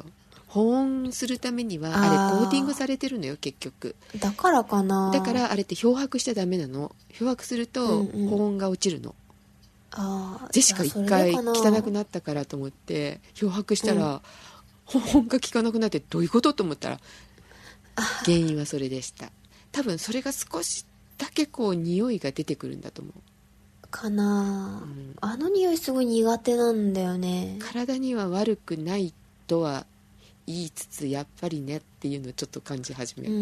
保温するためにはあれコーティングされてるのよ結局。 だからかな。 だからあれって漂白しちゃダメなの。漂白すると保温が落ちるの、うんうん、ジェシカ一回汚くなったからと思って漂白したら、うん、保温が効かなくなってどういうことと思ったら原因はそれでした。多分それが少しだけこう匂いが出てくるんだと思うかな、うん、あの匂いすごい苦手なんだよね。 体には悪くないとは言いつつやっぱりねっていうのをちょっと感じ始める、 うんうん、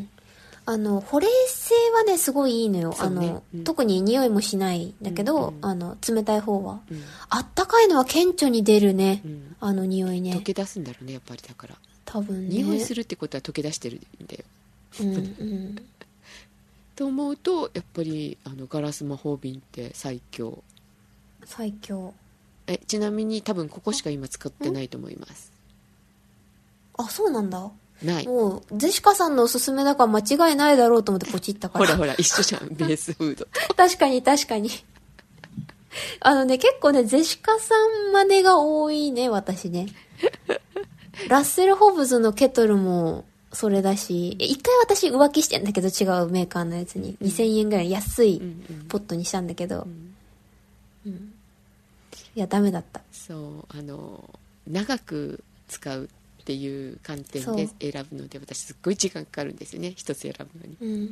あの保冷性はねすごいいいのよ、ね、あの、うん、特に匂いもしないんだけど、うんうん、あの冷たい方は、うん、あったかいのは顕著に出るね、うん、あの匂いね。 溶け出すんだろうねやっぱり。だから多分ね匂いするってことは溶け出してるんだよ、 うんうん、 と思うとやっぱりあのガラス魔法瓶って最強最強。 えちなみに多分ここしか今使ってないと思います。 あ、そうなんだ。 ない。 もうジェシカさんのおすすめだから間違いないだろうと思ってポチったから。 ほらほら一緒じゃんベースフード確かに確かにあのね結構ねジェシカさん真似が多いね私ねラッセル・ホブズのケトルもそれだし、一回私浮気してんだけど違うメーカーのやつににせんえんぐらい安いポットにしたんだけど、うんうん、いやダメだった。 そうあの長く使うっていう観点で選ぶので私すっごい時間かかるんですよね一つ選ぶのに、 うん、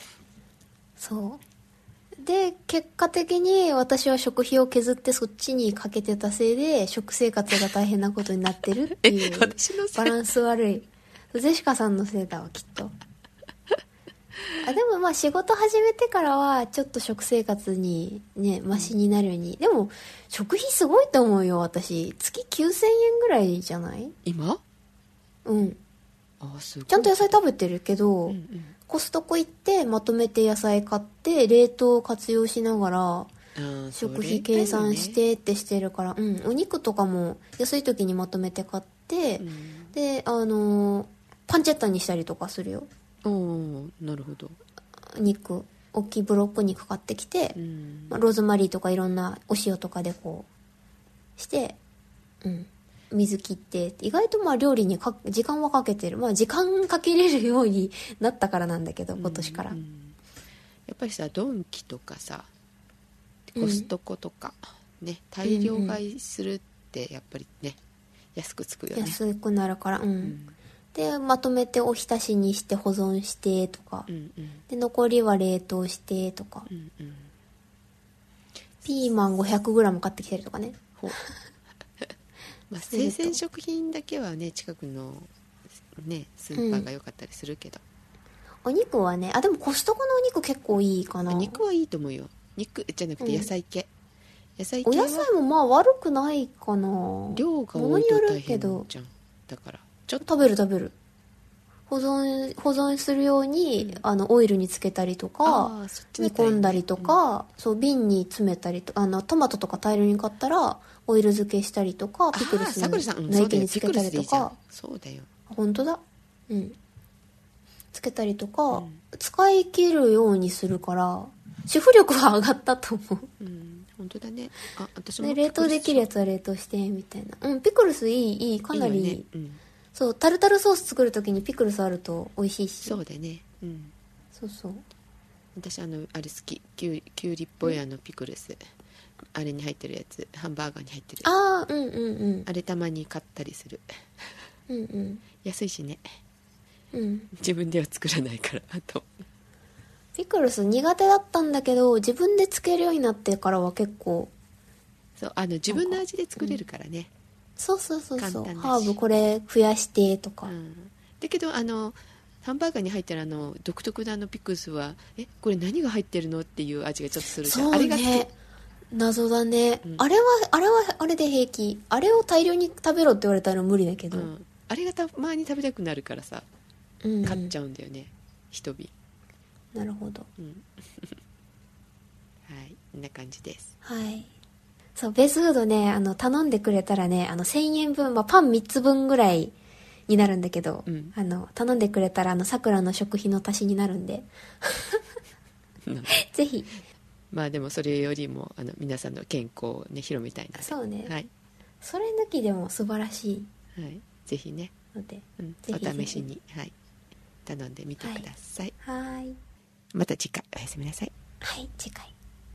そうで結果的に私は食費を削ってそっちにかけてたせいで食生活が大変なことになってるっていうバランス悪いジェシカさんのせいだわきっとあでもまあ仕事始めてからはちょっと食生活にねマシになるように、でも食費すごいと思うよ私。月きゅうせんえんぐらいじゃない今。 うんあすごい。 ちゃんと野菜食べてるけど、うんうん、コストコ行ってまとめて野菜買って冷凍を活用しながら食費計算してってしてるから、うん、お肉とかも安い時にまとめて買って、うん、であのー、パンチェッタにしたりとかするよ。 おーなるほど。 肉大きいブロック肉買ってきて、うんまあ、ローズマリーとかいろんなお塩とかでこうして、うん、水切って意外とまあ料理にか時間はかけてる。まあ時間かけれるようになったからなんだけど今年から、うんうん、 やっぱりさドンキとかさコストコとか、うん、ね大量買いするってやっぱりね、うんうん、安くつくよね。 安くなるからうん、うんでまとめておひたしにして保存してとか、うんうん、で残りは冷凍してとか、うんうん、ピーマン ごひゃくグラム 買ってきてるとかねまあ、生鮮食品だけはね近くの、ね、スーパーが良かったりするけど、 うん、お肉はねあでもコストコのお肉結構いいかな。 肉はいいと思うよ。肉じゃなくて野菜系、うん、野菜系お野菜もまあ悪くないかな。 量が多いと大変じゃん。だからちょっと食べる食べる保存保存するように、うん、あのオイルにつけたりとか煮込んだりとか、うん、そう瓶に詰めたりとあのトマトとか大量に買ったらオイル漬けしたりとかピクルスの内径につけたりとか。 そうだよ本当だうんつけたりとか、うん、使い切るようにするから主婦力は上がったと思う。うん本当だね。あ私もで冷凍できるやつは冷凍してみたいな。うんピクルスいいいいかなりいい、ねうん、そうタルタルソース作るときにピクルスあると美味しいし。 そうだねうんそうそう私あのあれ好きキュウキュウリっぽいあのピクルス、うん、あれに入ってるやつハンバーガーに入ってるああうんうんうんあれたまに買ったりするうんうん安いしねうん自分では作らないからあとピクルス苦手だったんだけど自分でつけるようになってからは結構そうあの自分の味で作れるからね、うん、 そうそうそうそうハーブこれ増やしてとか、うん、 だけどあのハンバーガーに入ってるあの独特なあのピクルスはえこれ何が入ってるのっていう味がちょっとするじゃん。 そうねあれが謎だね、うん、あれはあれはあれで平気。あれを大量に食べろって言われたら無理だけど、うん、 あれがたまに食べたくなるからさ、うんうん、買っちゃうんだよね一瓶。 なるほど、うん、 はいこんな感じです。 はいそうベースフードねあの頼んでくれたらねあのせんえんぶん、まあ、パンみっつぶんぐらいになるんだけど、うん、あの頼んでくれたらあのさくらの食費の足しになるんでぜひ。 まあでもそれよりもあの皆さんの健康をね広めたいな。 そうね、 はい、 それ抜きでも素晴らしい、 はい、ぜひねので、 うん、お試しに、はい、頼んでみてください。 はい、はい、 また次回おやすみなさい。 はい、次回。